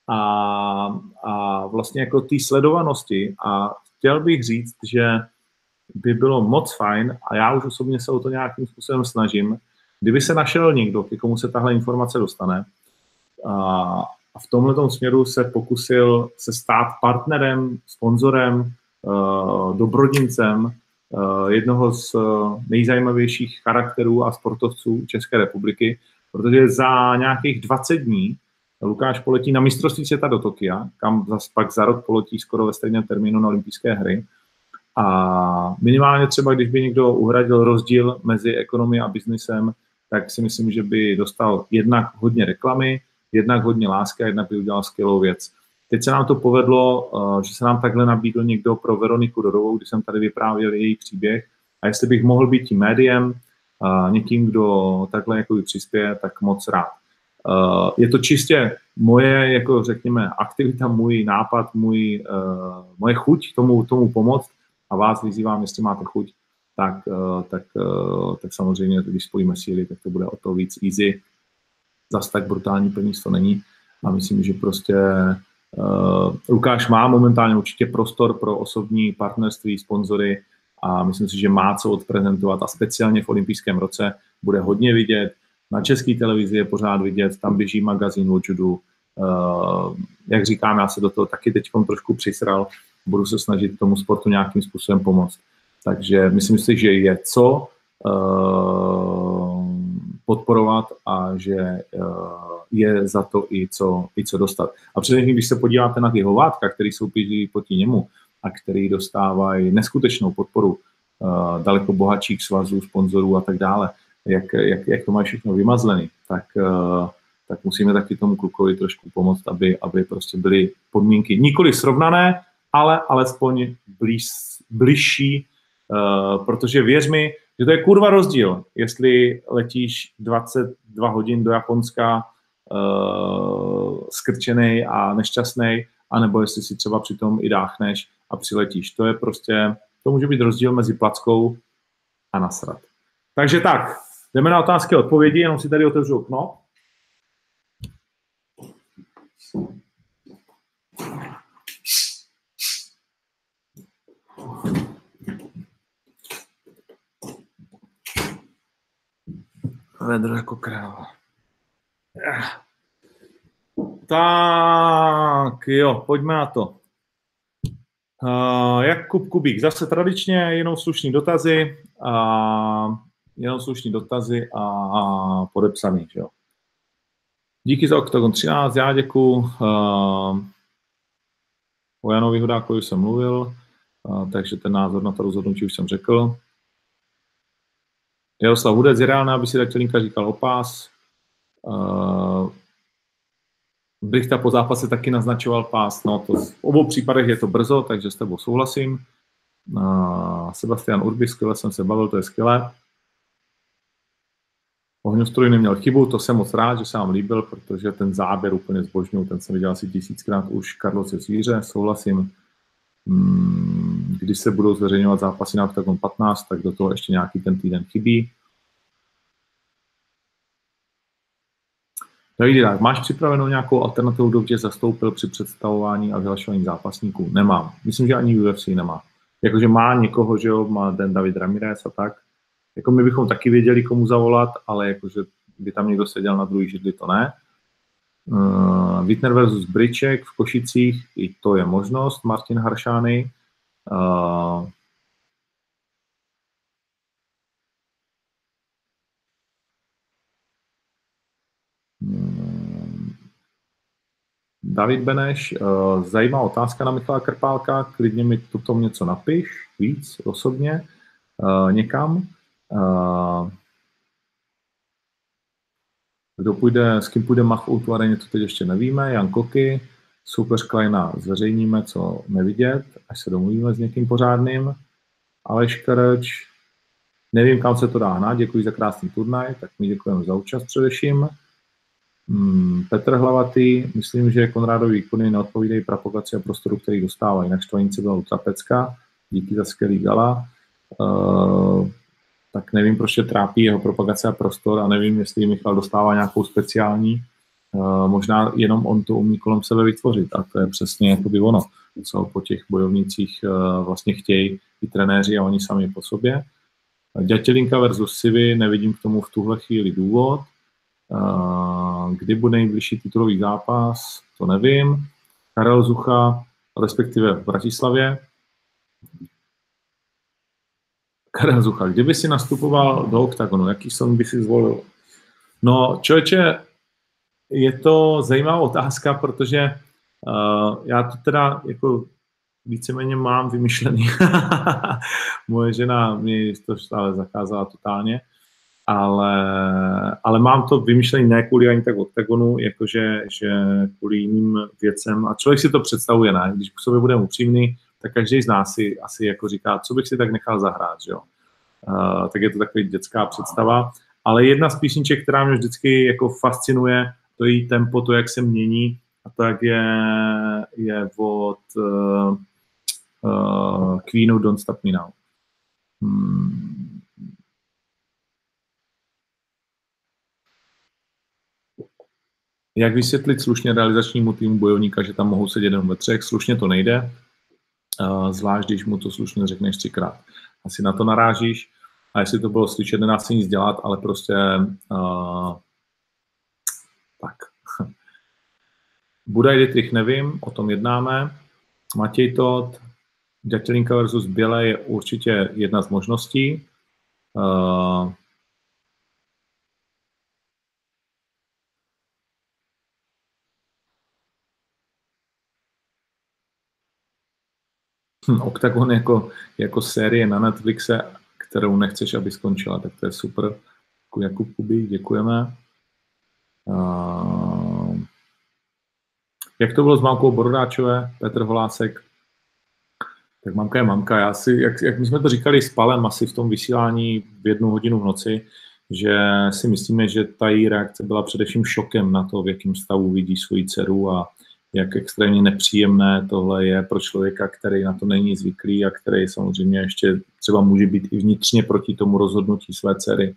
a vlastně jako té sledovanosti a chtěl bych říct, že by bylo moc fajn a já už osobně se o to nějakým způsobem snažím, kdyby se našel někdo, k komu se tahle informace dostane a v tomhletom směru se pokusil se stát partnerem, sponzorem, dobrodincem jednoho z nejzajímavějších charakterů a sportovců České republiky, protože za nějakých 20 dní Lukáš poletí na mistrovství světa do Tokia, kam zase pak za rok poletí skoro ve stejném termínu na olympijské hry. A minimálně třeba, když by někdo uhradil rozdíl mezi ekonomií a biznisem, tak si myslím, že by dostal jednak hodně reklamy, jednak hodně lásky a jednak by udělal skvělou věc. Teď se nám to povedlo, že se nám takhle nabídl někdo pro Veroniku Dorovou, když jsem tady vyprávěl její příběh. A jestli bych mohl být tím médiem, někým, kdo takhle jako přispěje, tak moc rád. Je to čistě moje, jako řekněme, aktivita, můj nápad, moje chuť tomu pomoct a vás vyzývám, jestli máte chuť, tak samozřejmě, když spojíme síly, tak to bude o to víc easy. Zas tak brutální peníz to není a myslím, že prostě Lukáš má momentálně určitě prostor pro osobní partnerství, sponzory a myslím si, že má co odprezentovat a speciálně v olympijském roce bude hodně vidět. Na české televizi je pořád vidět, tam běží magazín o judu. Jak říkám, já se do toho taky teď trošku přisral, budu se snažit tomu sportu nějakým způsobem pomoct. Takže myslím si, že je co podporovat a že je za to i co dostat. A především, když se podíváte na ty hovátka, který soupeří proti němu a který dostávají neskutečnou podporu daleko bohatších svazů, sponzorů a tak dále, jak to mají všechno vymazlený, tak musíme taky tomu klukovi trošku pomoct, aby prostě byly podmínky nikoli srovnané, ale alespoň bližší, protože věř mi, že to je kurva rozdíl, jestli letíš 22 hodin do Japonska skrčenej a nešťastnej, anebo jestli si třeba přitom i dáchneš a přiletíš. To je prostě, to může být rozdíl mezi plackou a nasrat. Takže tak, jdeme na otázky a odpovědi, jenom si tady otevřu okno. Vedro jako kráva. Tak jo, pojďme na to. Jakub Kubík, zase tradičně jenom slušný dotazy a podepsaný. Jo. Díky za Octagon 13, já děkuju. O Janovi Hudákovi už jsem mluvil, takže ten názor na to rozhodnutí už jsem řekl. Jaroslav Hudec, je reálné, aby si Datělinka říkal o pás. Brichta po zápase taky naznačoval pás. No, to v obou případech je to brzo, takže s tebou souhlasím. Sebastian Urbi, skvěle jsem se bavil, to je skvělé. Ohňostroj neměl chybu, to jsem moc rád, že se vám líbil, protože ten záběr úplně zbožňuji, ten jsem viděl asi 1000krát už. Carlos je zvíře, souhlasím. Když se budou zveřejňovat zápasy na Octagon 15, tak do toho ještě nějaký ten týden chybí. David, tak máš připravenou nějakou alternativu, kdo tě zastoupil při představování a vyhlašování zápasníků? Nemám. Myslím, že ani UFC nemá. Jakože má někoho, že jo, má ten David Ramirez a tak. Jako my bychom taky věděli, komu zavolat, ale jakože by tam někdo seděl na druhý židli, to ne. Wittner versus Bryček v Košicích, i to je možnost, Martin Haršány. David Beneš, zajímavá otázka na Michala Krpálka, klidně mi potom něco napiš, víc osobně, někam. S kým půjde Mach v O2 areně, to teď ještě nevíme. Jan Koky, soupeř Kleina zveřejníme, co nevidět, až se domluvíme s někým pořádným. Aleš Karč, nevím, kam se to dá hnát, děkuji za krásný turnaj, tak my děkujeme za účast především. Petr Hlavatý, myslím, že Konrádový výkony neodpovídají propagaci a prostoru, který dostává, jinak štvanice byla ultrapecka, díky za skvělý gala. Tak nevím, proč je trápí jeho propagace a prostor a nevím, jestli Michal dostává nějakou speciální. Možná jenom on to umí kolem sebe vytvořit a to je přesně jakoby ono, co po těch bojovnících vlastně chtějí i trenéři a oni sami po sobě. Datělinka versus Sivy, nevidím k tomu v tuhle chvíli důvod. Kdy bude nejbližší titulový zápas, to nevím. Karel Zucha, respektive v Bratislavě. Karel Zucha, kdyby si nastupoval do Octagonu, jaký song by si zvolil? No, člověče, je to zajímavá otázka, protože já to teda jako víceméně mám vymyšlený. Moje žena mi to stále zakázala totálně. ale mám to vymyšlené ne kvůli ani tak Octagonu, jakože že kvůli jiným věcem. A člověk si to představuje, ne? Když k sobě budeme upřímný, tak každý z nás si asi jako říká, co bych si tak nechal zahrát, že jo? Tak je to takový dětská představa. Ale jedna z písniček, která mě vždycky jako fascinuje, to její tempo, to, jak se mění, a to, jak je od Queenu Don't Stop Me Now. Jak vysvětlit slušně realizačnímu týmu bojovníka, že tam mohou sedět jenom ve třech? Slušně to nejde, zvlášť když mu to slušně řekneš 3krát. Asi na to narážíš. A jestli to bylo slyšet, nedá se nic dělat, ale prostě tak. Budaj Dietrich nevím, o tom jednáme. Matěj Todt, Dětělinka versus Běle je určitě jedna z možností. Octagon jako série na Netflixe, kterou nechceš, aby skončila, tak to je super. Jakub Kubík, děkujeme. Jak to bylo s mámkou Borodáčové, Petr Holásek? Tak mamka je mamka. Já si, jak my jsme to říkali s Palem asi v tom vysílání v 1 hodinu v noci, že si myslíme, že ta její reakce byla především šokem na to, v jakém stavu vidí svoji dceru a jak extrémně nepříjemné tohle je pro člověka, který na to není zvyklý a který samozřejmě ještě třeba může být i vnitřně proti tomu rozhodnutí své dcery.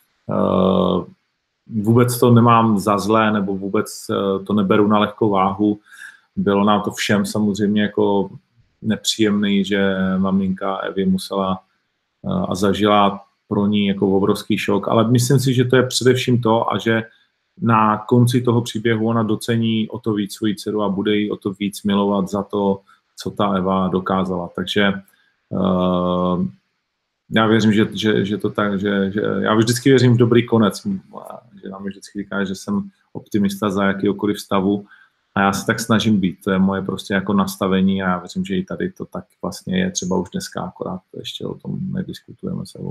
Vůbec to nemám za zlé, nebo vůbec to neberu na lehkou váhu. Bylo nám to všem samozřejmě jako nepříjemný, že maminka Evy musela a zažila pro ní jako obrovský šok, ale myslím si, že to je především to a že na konci toho příběhu ona docení o to víc svoji dceru a bude jí o to víc milovat za to, co ta Eva dokázala. Takže já věřím, že to tak, že já vždycky věřím v dobrý konec, že nám vždycky říká, že jsem optimista za jakýkoliv stavu a já se tak snažím být. To je moje prostě jako nastavení a já věřím, že i tady to tak vlastně je, třeba už dneska, akorát ještě o tom nediskutujeme se.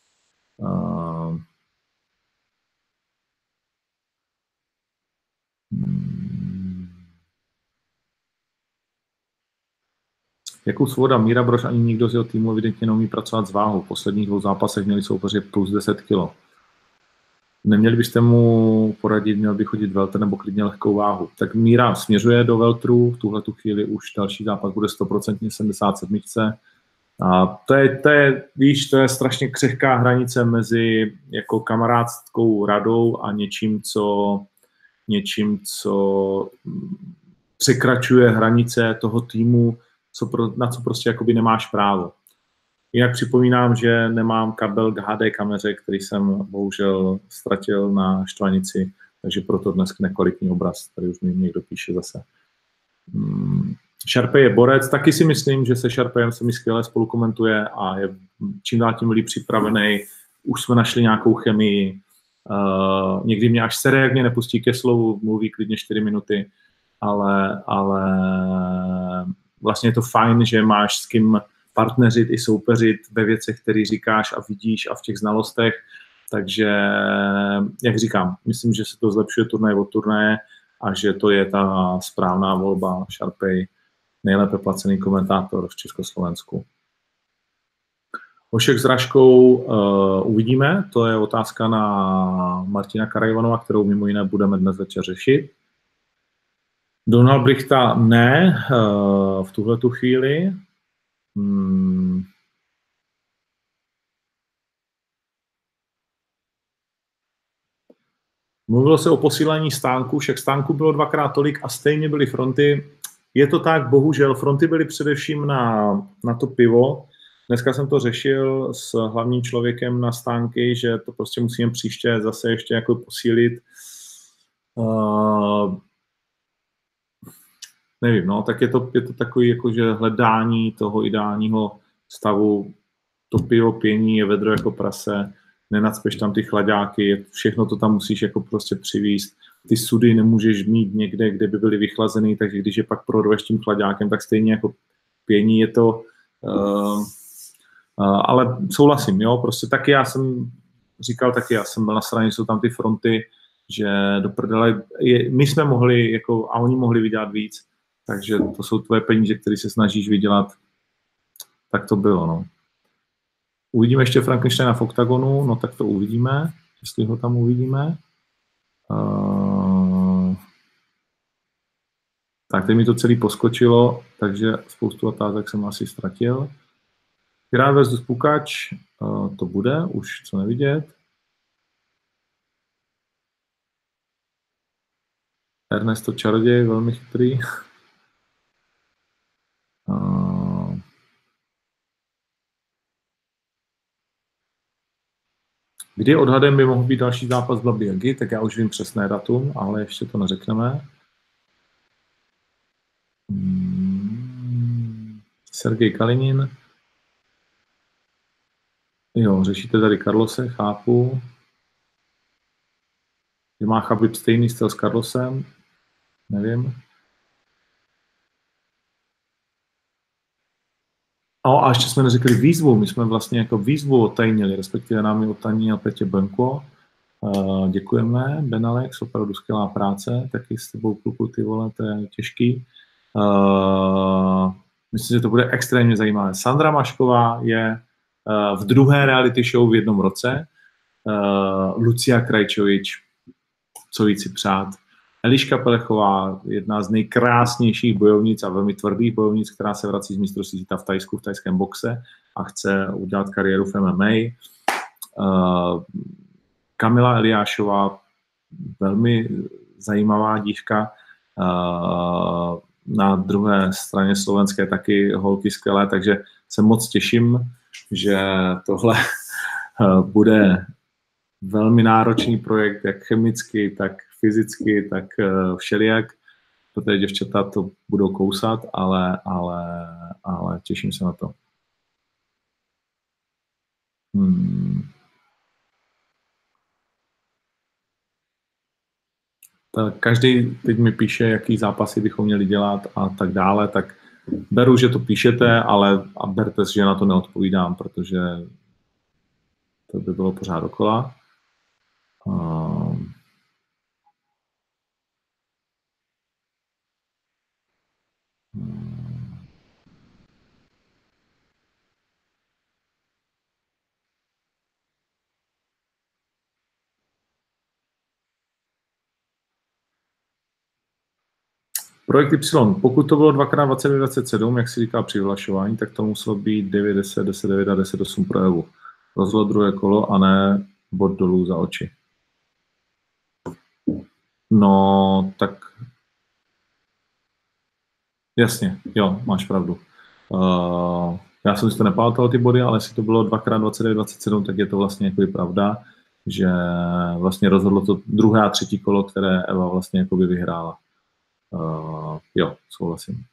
Jakou Svoboda, Míra Brož ani nikdo z jeho týmu evidentně neumí pracovat s váhou. V posledních 2 zápasech měli soupeři plus 10 kg. Neměli byste mu poradit, měl by chodit welter nebo klidně lehkou váhu. Tak Míra směřuje do welteru, v tuhle tu chvíli už další zápas bude 100% 77. A to je, víš, to je strašně křehká hranice mezi jako kamarádskou radou a něčím, co překračuje hranice toho týmu, na co prostě jakoby nemáš právo. Jinak připomínám, že nemám kabel k HD kameře, který jsem bohužel ztratil na Štvanici, takže proto dnes nekvalitní obraz. Tady už mi někdo píše zase. Šarpej je borec, taky si myslím, že se Šarpejem se mi skvěle spolukomentuje a je čím dál tím líp připravený. Už jsme našli nějakou chemii. Někdy mě až sere, jak mě nepustí ke slovu, mluví klidně 4 minuty, ale vlastně je to fajn, že máš s kým partneřit i soupeřit ve věcech, které říkáš a vidíš a v těch znalostech. Takže, jak říkám, myslím, že se to zlepšuje turnaj od turnaje a že to je ta správná volba. Šarpej, nejlépe placený komentátor v Československu. Ošek s Raškou uvidíme, to je otázka na Martina Karajvanova, kterou mimo jiné budeme dnes večer řešit. Donald Brichta ne, v tuhletu chvíli. Mluvilo se o posílení stánku, však stánku bylo 2x tolik a stejně byly fronty. Je to tak, bohužel, fronty byly především na to pivo. Dneska jsem to řešil s hlavním člověkem na stánky, že to prostě musíme příště zase ještě jako posílit. Nevím, no, tak je to takový jakože hledání toho ideálního stavu. To pivo pění je vedro jako prase, nenacpeš tam ty chladáky, všechno to tam musíš jako prostě přivízt. Ty sudy nemůžeš mít někde, kde by byly vychlazený, takže když je pak prodveš tím chladákem, tak stejně jako pění je to... ale souhlasím, jo, prostě taky já jsem říkal taky, já jsem byl na straně, jsou tam ty fronty, že do prdele, my jsme mohli, jako, a oni mohli vydělat víc, takže to jsou tvoje peníze, které se snažíš vydělat, tak to bylo, no. Uvidíme ještě Frankensteina v Octagonu, no tak to uvidíme, jestli ho tam uvidíme. Tak teď mi to celé poskočilo, takže spoustu otázek jsem asi ztratil. Pirát versus Pukač, to bude, už co nevidět. Ernesto Čaroděj, velmi chytrý. Kdy odhadem by mohl být další zápas Babi Jagi, tak já už vím přesné datum, ale ještě to neřekneme. Sergej Kalinin. Jo, řešíte tady Carlose, chápu. Že má Chabib stejný styl s Carlosem, nevím. No a ještě jsme neřekli výzvu, my jsme vlastně jako výzvu otajnili, respektive nám ji otajnil Petě Benko. Děkujeme, Ben Alex, opravdu skvělá práce, taky s tebou kluku, ty vole, to je těžký. Myslím, že to bude extrémně zajímavé. Sandra Mašková je v druhé reality show v jednom roce. Lucia Krajčovič, co víc si přát. Eliška Pelechová, jedna z nejkrásnějších bojovnic a velmi tvrdých bojovnic, která se vrací z mistrovství světa v Tajsku, v tajském boxe a chce udělat kariéru v MMA. Kamila Eliášová, velmi zajímavá dívka. Na druhé straně slovenské taky holky skvělé, takže se moc těším, že tohle bude velmi náročný projekt, jak chemicky, tak fyzicky, tak všelijak, protože děvčata to budou kousat, ale těším se na to. Tak každý teď mi píše, jaký zápasy bychom měli dělat a tak dále, tak beru, že to píšete, ale a berte, že na to neodpovídám, protože to by bylo pořád dokola. Projekt Y. Pokud to bylo 2x20-27, jak si říká při vyhlašování, tak to muselo být 9, 10, 10, 9 a 10, 8 projevu. Rozhodlo druhé kolo a ne bod dolů za oči. No, tak jasně, jo, máš pravdu. Já jsem si to nepamatoval ty body, ale jestli to bylo 2x29-27, tak je to vlastně jako pravda, že vlastně rozhodlo to druhé a třetí kolo, které Eva vlastně jako by vyhrála. Jo, souhlasím.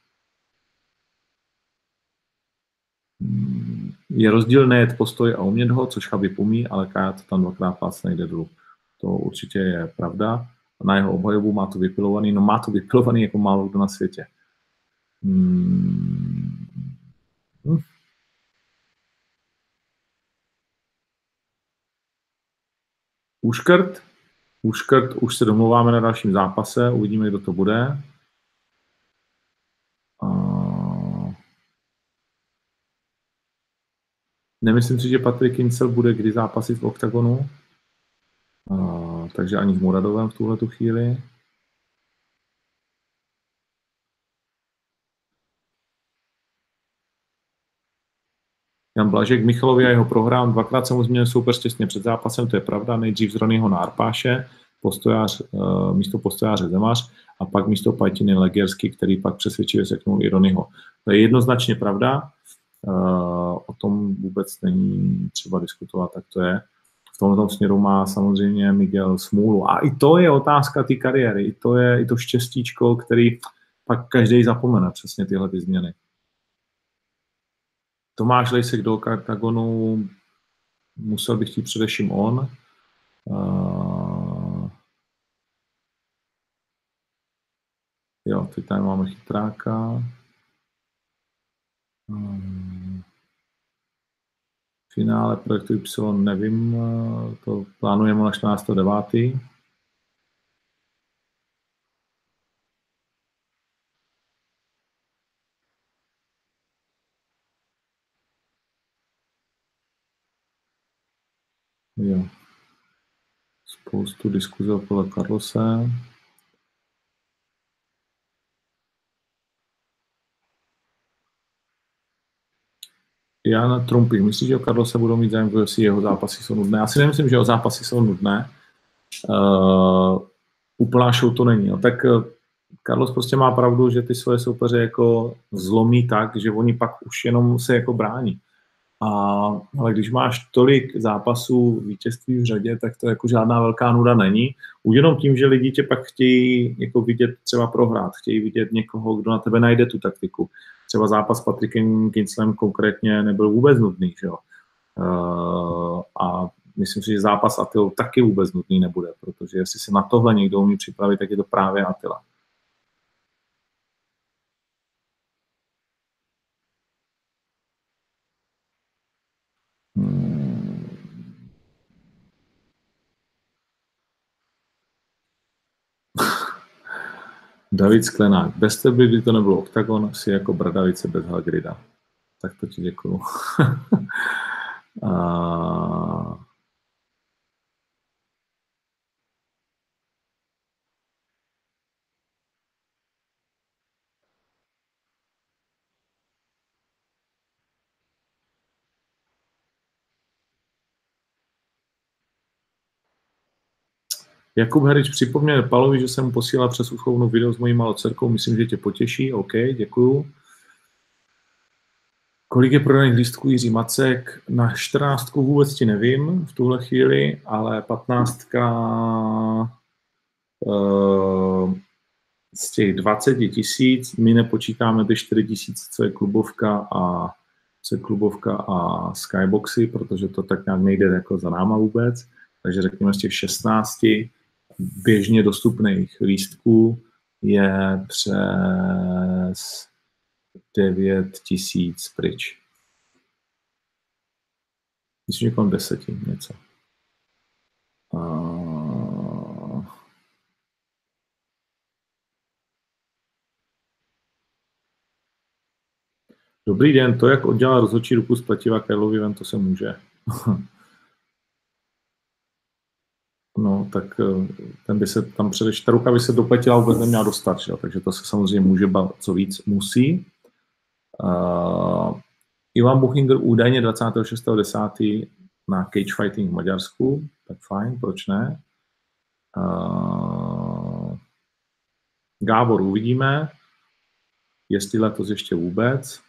Je rozdíl nejet postoj a umět ho, což Chabib umí, ale Kája to tam dvakrát pác nejde dolů. To určitě je pravda. Na jeho obhajobu má to vypilovaný, no má to vypilovaný jako málo kdo na světě. Uškrt, už se domluváme na dalším zápase, uvidíme, kdo to bude. Nemyslím si, že Patrik Kincel bude kdy zápasit v Octagonu, takže ani s Muradovem v tuhletu chvíli. Jan Blažek, Michalovi a jeho prohrám, dvakrát jsem mu změnil soupeř těsně před zápasem, to je pravda, nejdřív z Ronyho na Arpáše, místo postojáře Zemař a pak místo Pajtiny Legersky, který pak přesvědčivě seknul i Ronyho. To je jednoznačně pravda, o tom vůbec není třeba diskutovat, tak to je. V tomto směru má samozřejmě Miguel smůlu. A i to je otázka té kariéry, i to štěstíčko, který pak každý zapomene přesně tyhle ty změny. Tomáš Lejsek do Kartagonu musel bych chtít především on. Jo, teď tady máme chytráka. Finále projektu Y nevím, to plánujeme na 14.9. Jo. Spoustu diskuze okolo Carlose. Já na Trumpy. Myslíš, že o Carlose budou mít zájem, jestli jeho zápasy jsou nudné? Já si nemyslím, že jeho zápasy jsou nudné. Úplná show to není. No. Tak Carlos prostě má pravdu, že ty svoje soupeře jako zlomí tak, že oni pak už jenom se jako brání. Ale když máš tolik zápasů vítězství v řadě, tak to jako žádná velká nuda není. Už jenom tím, že lidi tě pak chtějí jako vidět třeba prohrát, chtějí vidět někoho, kdo na tebe najde tu taktiku. Třeba zápas s Patrickem Kinslem konkrétně nebyl vůbec nudný, že jo. A myslím si, že zápas Attilou taky vůbec nudný nebude, protože jestli se na tohle někdo umí připravit, tak je to právě Attila. David Sklenák. Bez tebe, kdyby to nebylo Oktagon, si jako bradavice bez Hagrida. Tak to ti děkuju. Jakub Herič připomněl Palovi, že jsem posílal přes uchovnu video s mojí malou dcerkou. Myslím, že tě potěší. OK, děkuju. Kolik je prodaných lístků Jiří Macek? Na 14 vůbec ti nevím v tuhle chvíli, ale 15 z těch 20 000 my nepočítáme ty 4 000, co je klubovka a skyboxy, protože to tak nějak nejde jako za náma vůbec. Takže řekněme z těch 16 běžně dostupných lístků je přes 9 000 pryč. Myslím, že kolem 10 něco. Dobrý den, to, jak oddělal rozhodčí ruku z pletiva Karlovi ven, to se může. No, tak ten by se tam ta ruka by se do pletiva vůbec neměla dostat, že? Takže to se samozřejmě může bavit, co víc musí. Ivan Buchinger údajně 26.10. na Cage Fighting v Maďarsku, tak fajn, proč ne? Gábor, uvidíme, jestli letos ještě vůbec.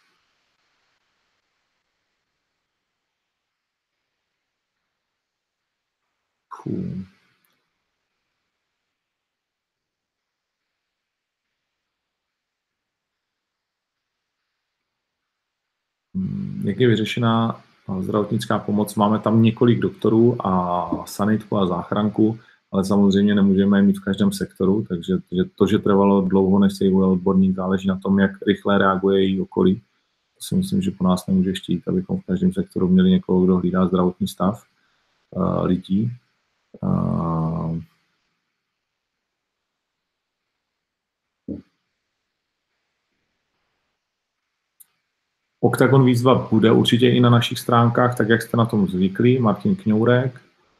Jak je vyřešená zdravotnická pomoc? Máme tam několik doktorů a sanitku a záchranku, ale samozřejmě nemůžeme je mít v každém sektoru, takže to, že trvalo dlouho, než se jí ujel odborník, záleží na tom, jak rychle reaguje její okolí. To si myslím, že po nás nemůže chtít, abychom v každém sektoru měli někoho, kdo hlídá zdravotní stav lidí. Oktagon výzva bude určitě i na našich stránkách, tak jak jste na tom zvyklí. Martin Kňourek.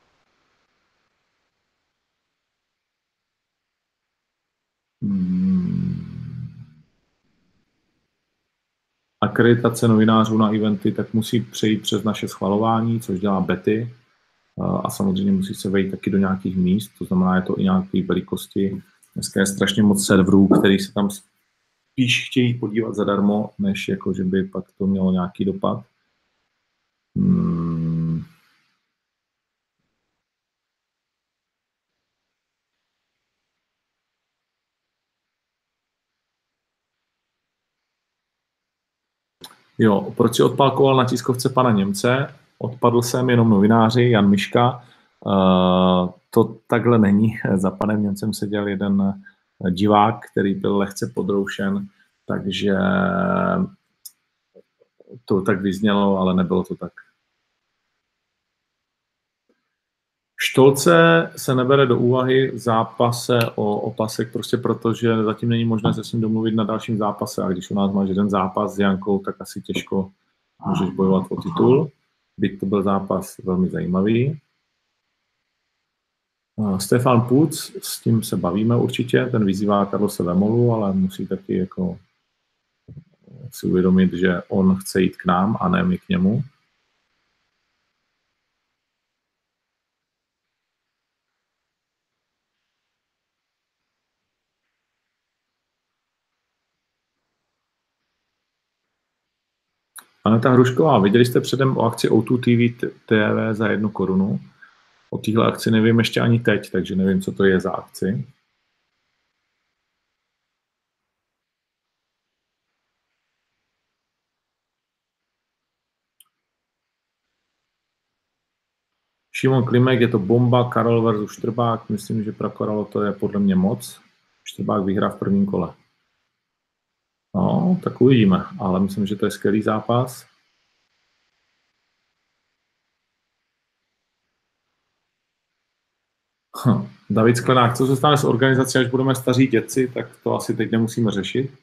Akreditace novinářů na eventy tak musí přejít přes naše schvalování, což dělá Betty. A samozřejmě musí se vejít taky do nějakých míst, to znamená, je to i nějaké velikosti. Dneska je strašně moc serverů, který se tam spíš chtějí podívat zadarmo, než jako, že by pak to mělo nějaký dopad. Jo, proč si odpálkoval na tiskovce pana Němce? Odpadl jsem jenom novináři, Jan Miška. To takhle není. Za panem Němcem seděl jeden divák, který byl lehce podroušen, takže to tak vyznělo, ale nebylo to tak. Štolce se nebere do úvahy v zápase o opasek, prostě protože zatím není možné se s ním domluvit na dalším zápase. A když u nás máš jeden zápas s Jankou, tak asi těžko můžeš bojovat o titul. Byť to byl zápas velmi zajímavý. Stefan Puc, s tím se bavíme určitě, ten vyzývá Carlose Vemolu, ale musí taky jako si uvědomit, že on chce jít k nám a ne my k němu. Aneta Hrušková, viděli jste předem o akci O2 TV za 1 korunu? O téhle akci nevím ještě ani teď, takže nevím, co to je za akci. Šimon Klimek, je to bomba, Karol versus Štrbák, myslím, že pro Karola to je podle mě moc. Štrbák vyhrá v prvním kole. No, tak uvidíme, ale myslím, že to je skvělý zápas. David Sklenák, co se stane s organizací, až budeme staří dětci, tak to asi teď nemusíme řešit.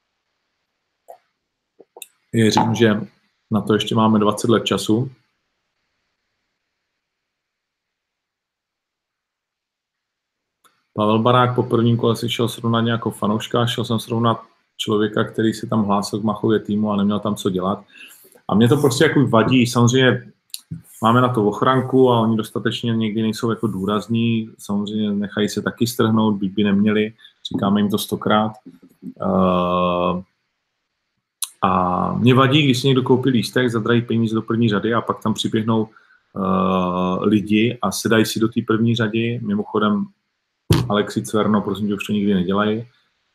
Věřím, že na to ještě máme 20 let času. Pavel Barák po prvním kole si šel srovnat nějakou fanouška, šel jsem srovnat člověka, který se tam hlásil k Machově týmu a neměl tam co dělat. A mě to prostě jako vadí, samozřejmě máme na to ochranku a oni dostatečně někdy nejsou jako důrazní, samozřejmě nechají se taky strhnout, byť by neměli, říkáme jim to 100krát. A mě vadí, když si někdo koupí lístek, zadrají peníze do první řady a pak tam přiběhnou lidi a sedají si do té první řady. Mimochodem Alexi Cverno, prosím tě, už to nikdy nedělají.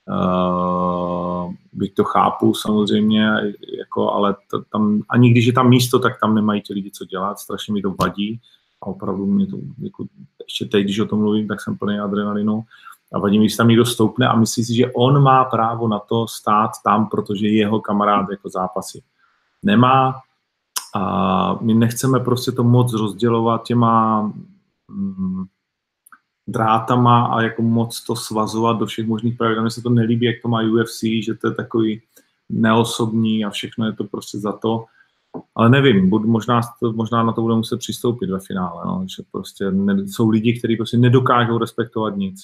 Byť to chápu samozřejmě, jako, ale tam, ani když je tam místo, tak tam nemají ti lidi co dělat, strašně mi to vadí a opravdu mě to, jako, ještě teď, když o tom mluvím, tak jsem plný adrenalinu a vadí mi, když tam někdo stoupne a myslí si, že on má právo na to stát tam, protože jeho kamarád jako zápasy nemá a my nechceme prostě to moc rozdělovat těma drátama a jako moc to svazovat do všech možných pravidel. Mně se to nelíbí, jak to má UFC, že to je takový neosobní a všechno je to prostě za to. Ale nevím, možná na to budeme muset přistoupit ve finále, no, že prostě jsou lidi, kteří prostě nedokážou respektovat nic.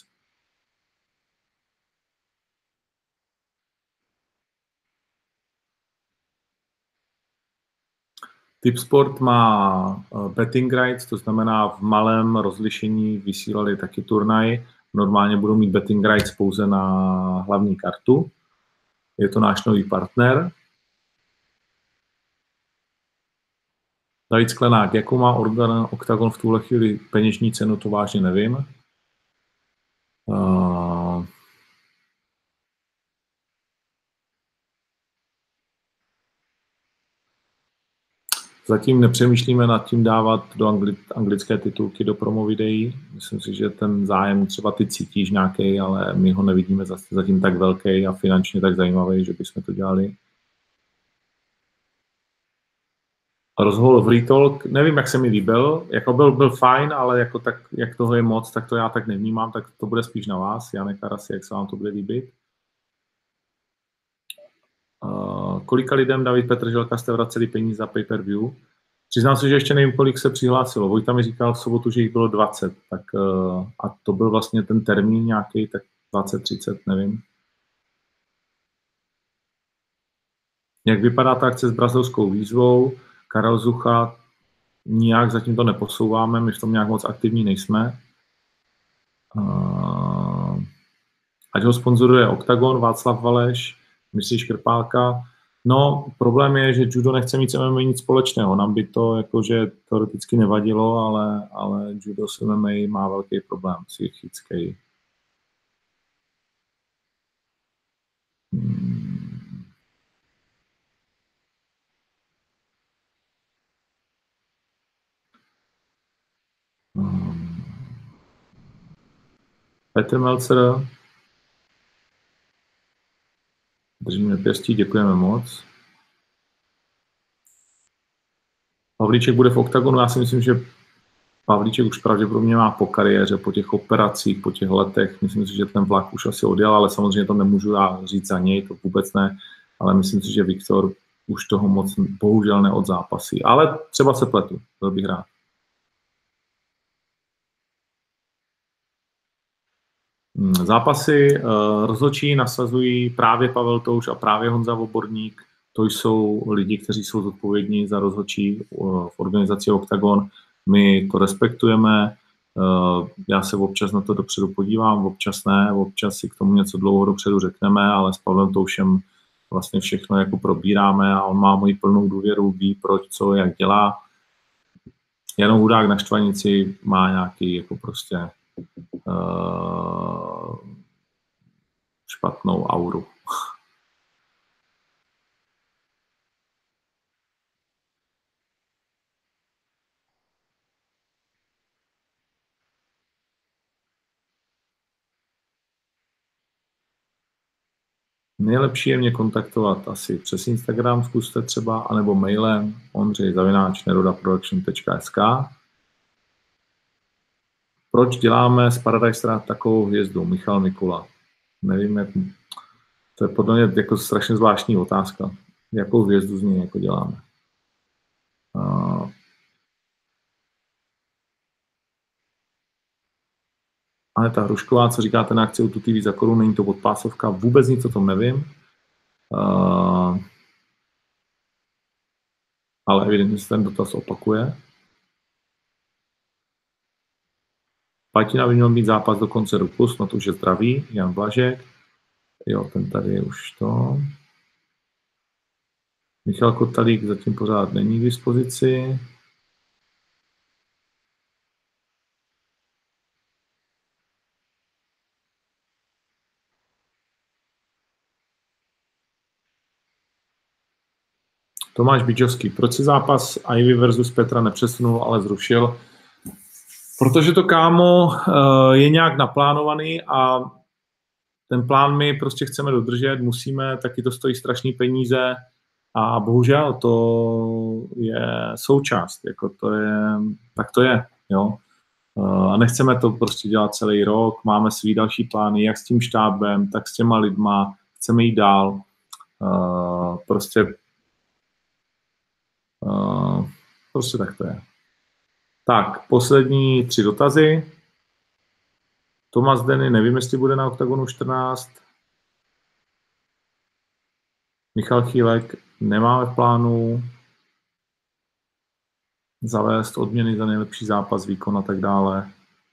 Tipsport má betting rights, to znamená v malém rozlišení vysílali taky turnaj. Normálně budou mít betting rights pouze na hlavní kartu. Je to náš nový partner. David Sklenák, jakou má Octagon v tuhle chvíli peněžní cenu, to vážně nevím. Zatím nepřemýšlíme nad tím dávat do anglické titulky do promo videí. Myslím si, že ten zájem třeba ty cítíš nějaký, ale my ho nevidíme zatím tak velký a finančně tak zajímavý, že bychom to dělali. Rozhovor v Retalk, nevím, jak se mi líbil, jako byl fajn, ale jako tak, jak toho je moc, tak to já tak nevnímám, tak to bude spíš na vás, Janek Karasi, jak se vám to bude líbit. Kolika lidem David Petrželka jste vraceli peníze za pay-per-view? Přiznám se, že ještě nevím, kolik se přihlásilo. Vojta mi říkal v sobotu, že jich bylo 20, tak, a to byl vlastně ten termín nějaký, tak 20, 30, nevím. Jak vypadá ta akce s brazilskou výzvou? Karel Zucha, nijak zatím to neposouváme, my v tom nějak moc aktivní nejsme. Ať ho sponzoruje Octagon, Václav Valeš, Myslíš Krpálka. No, problém je, že judo nechce mít s MMA nic společného. Nám by to jakože teoreticky nevadilo, ale judo s MMA má velký problém psychický. Petr Melcer, držíme pěstí, děkujeme moc. Havlíček bude v Octagonu, já si myslím, že Pavlíček už pravděpodobně má po kariéře, po těch operacích, po těch letech. Myslím si, že ten vlak už asi odjel, ale samozřejmě to nemůžu já říct za něj, to vůbec ne. Ale myslím si, že Viktor už toho moc bohužel neodzápasí. Ale třeba se pletu, byl bych rád. Zápasy rozhodčí nasazují právě Pavel Touš a právě Honza Voborník. To jsou lidi, kteří jsou zodpovědní za rozhodčí v organizaci Octagon. My to respektujeme. Já se občas na to dopředu podívám, občas ne, občas si k tomu něco dlouho dopředu řekneme, ale s Pavlem Toušem vlastně všechno jako probíráme a on má moji plnou důvěru, ví proč, co, jak dělá. Jenom Hudák na Štvanici má nějaký jako prostě špatnou auru. Nejlepší je mě kontaktovat asi přes Instagram, zkuste třeba, anebo mailem ondřej@nerodaproduction.sk. Proč děláme z Paradise takovou hvězdu? Michal Mikula. Nevím, jak... To je podle mě jako strašně zvláštní otázka. Jakou hvězdu z ní jako děláme? Aneta Hrušková, co říkáte na akci u TV za korunu, není to podpásovka, vůbec nic o tom nevím. Ale evidentně se ten dotaz opakuje. Patina by měl mít zápas do konce roku, snad už je zdravý, Jan Blažek. Jo, ten tady je už to. Michal Kotalík zatím pořád není k dispozici. Tomáš Bíčovský, proč si zápas Ivy versus Petra nepřesunul, ale zrušil? Protože to, kámo, je nějak naplánovaný a ten plán my prostě chceme dodržet, musíme, taky to stojí strašný peníze a bohužel to je součást, jako to je, tak to je, jo. A nechceme to prostě dělat celý rok, máme svý další plány, jak s tím štábem, tak s těma lidma, chceme jít dál, prostě tak to je. Tak, poslední 3 dotazy. Tomas Denny, nevím, jestli bude na Octagonu 14. Michal Chýlek, nemáme v plánu zavést odměny za nejlepší zápas, výkon a tak dále.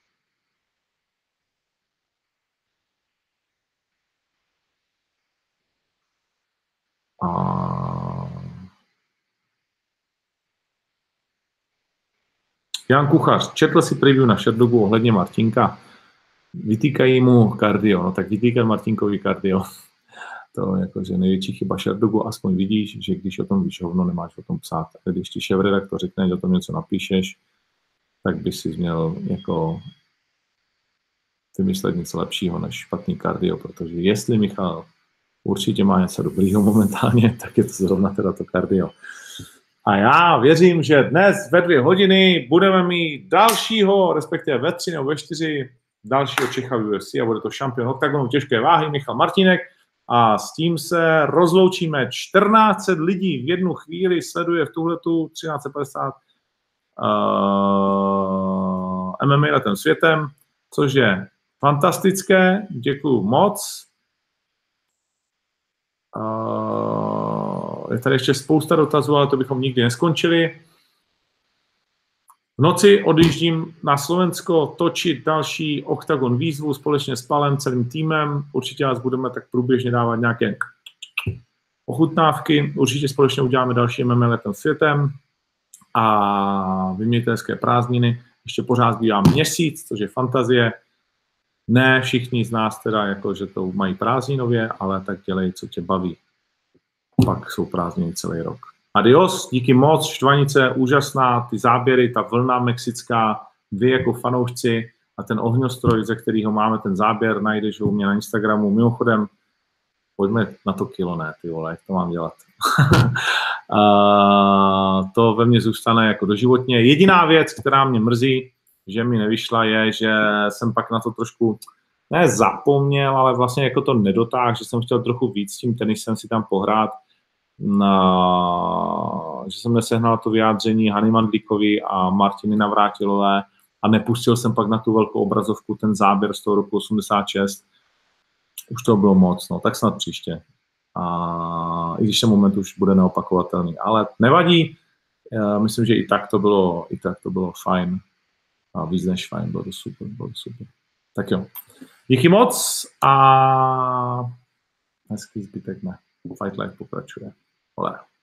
Jan Kuchař, četl si preview na Sherdogu ohledně Martinka. Vytýkají mu kardio, no tak vytýkat Martinkovi kardio. To je jakože největší chyba Sherdogu, aspoň vidíš, že když o tom víš hovno, nemáš o tom psát. A když ti šéfredaktor řekne, že o tom něco napíšeš, tak by si měl jako vymyslet něco lepšího než špatný kardio, protože jestli Michal určitě má něco dobrýho momentálně, tak je to zrovna teda to kardio. A já věřím, že dnes ve 2 hodiny budeme mít dalšího, respektive ve 3 nebo ve 4 dalšího Čecha v UFC a bude to šampion Octagonu těžké váhy Michal Martínek a s tím se rozloučíme. 1400 lidí v jednu chvíli sleduje v tuhletu 1350 MMA letem světem, což je fantastické, děkuju moc. Je tady ještě spousta dotazů, ale to bychom nikdy neskončili. V noci odjíždím na Slovensko točit další Octagon výzvu společně s Palem, celým týmem. Určitě vás budeme tak průběžně dávat nějaké ochutnávky. Určitě společně uděláme další MMA letem světem a vyměňte hezké prázdniny. Ještě pořád zbývá měsíc, což je fantazie. Ne všichni z nás teda, jako, že to mají prázdninově, ale tak dělej, co tě baví. Pak jsou prázdniny celý rok. Adios, díky moc, Štvanice, úžasná, ty záběry, ta vlna mexická, vy jako fanoušci a ten ohňostroj, ze kterého máme ten záběr, najdeš ho u mě na Instagramu. Mimochodem, pojďme na to kilo, ne, ty vole, jak to mám dělat. To ve mně zůstane jako doživotně. Jediná věc, která mě mrzí, že mi nevyšla, je, že jsem pak na to trošku ne zapomněl, ale vlastně jako to nedotáhl, že jsem chtěl trochu víc s tím tenisem si tam pohrát, že jsem nesehnal to vyjádření Hany Mandlíkovi a Martiny Navrátilové a nepustil jsem pak na tu velkou obrazovku ten záběr z toho roku 86. Už to bylo moc, no, tak snad příště. A i když ten moment už bude neopakovatelný, ale nevadí, myslím, že i tak to bylo fajn. A víc než fajn, bylo to super. Tak jo. Díky moc a hezký zbytek dne. Fight Life pokračuje. Olé.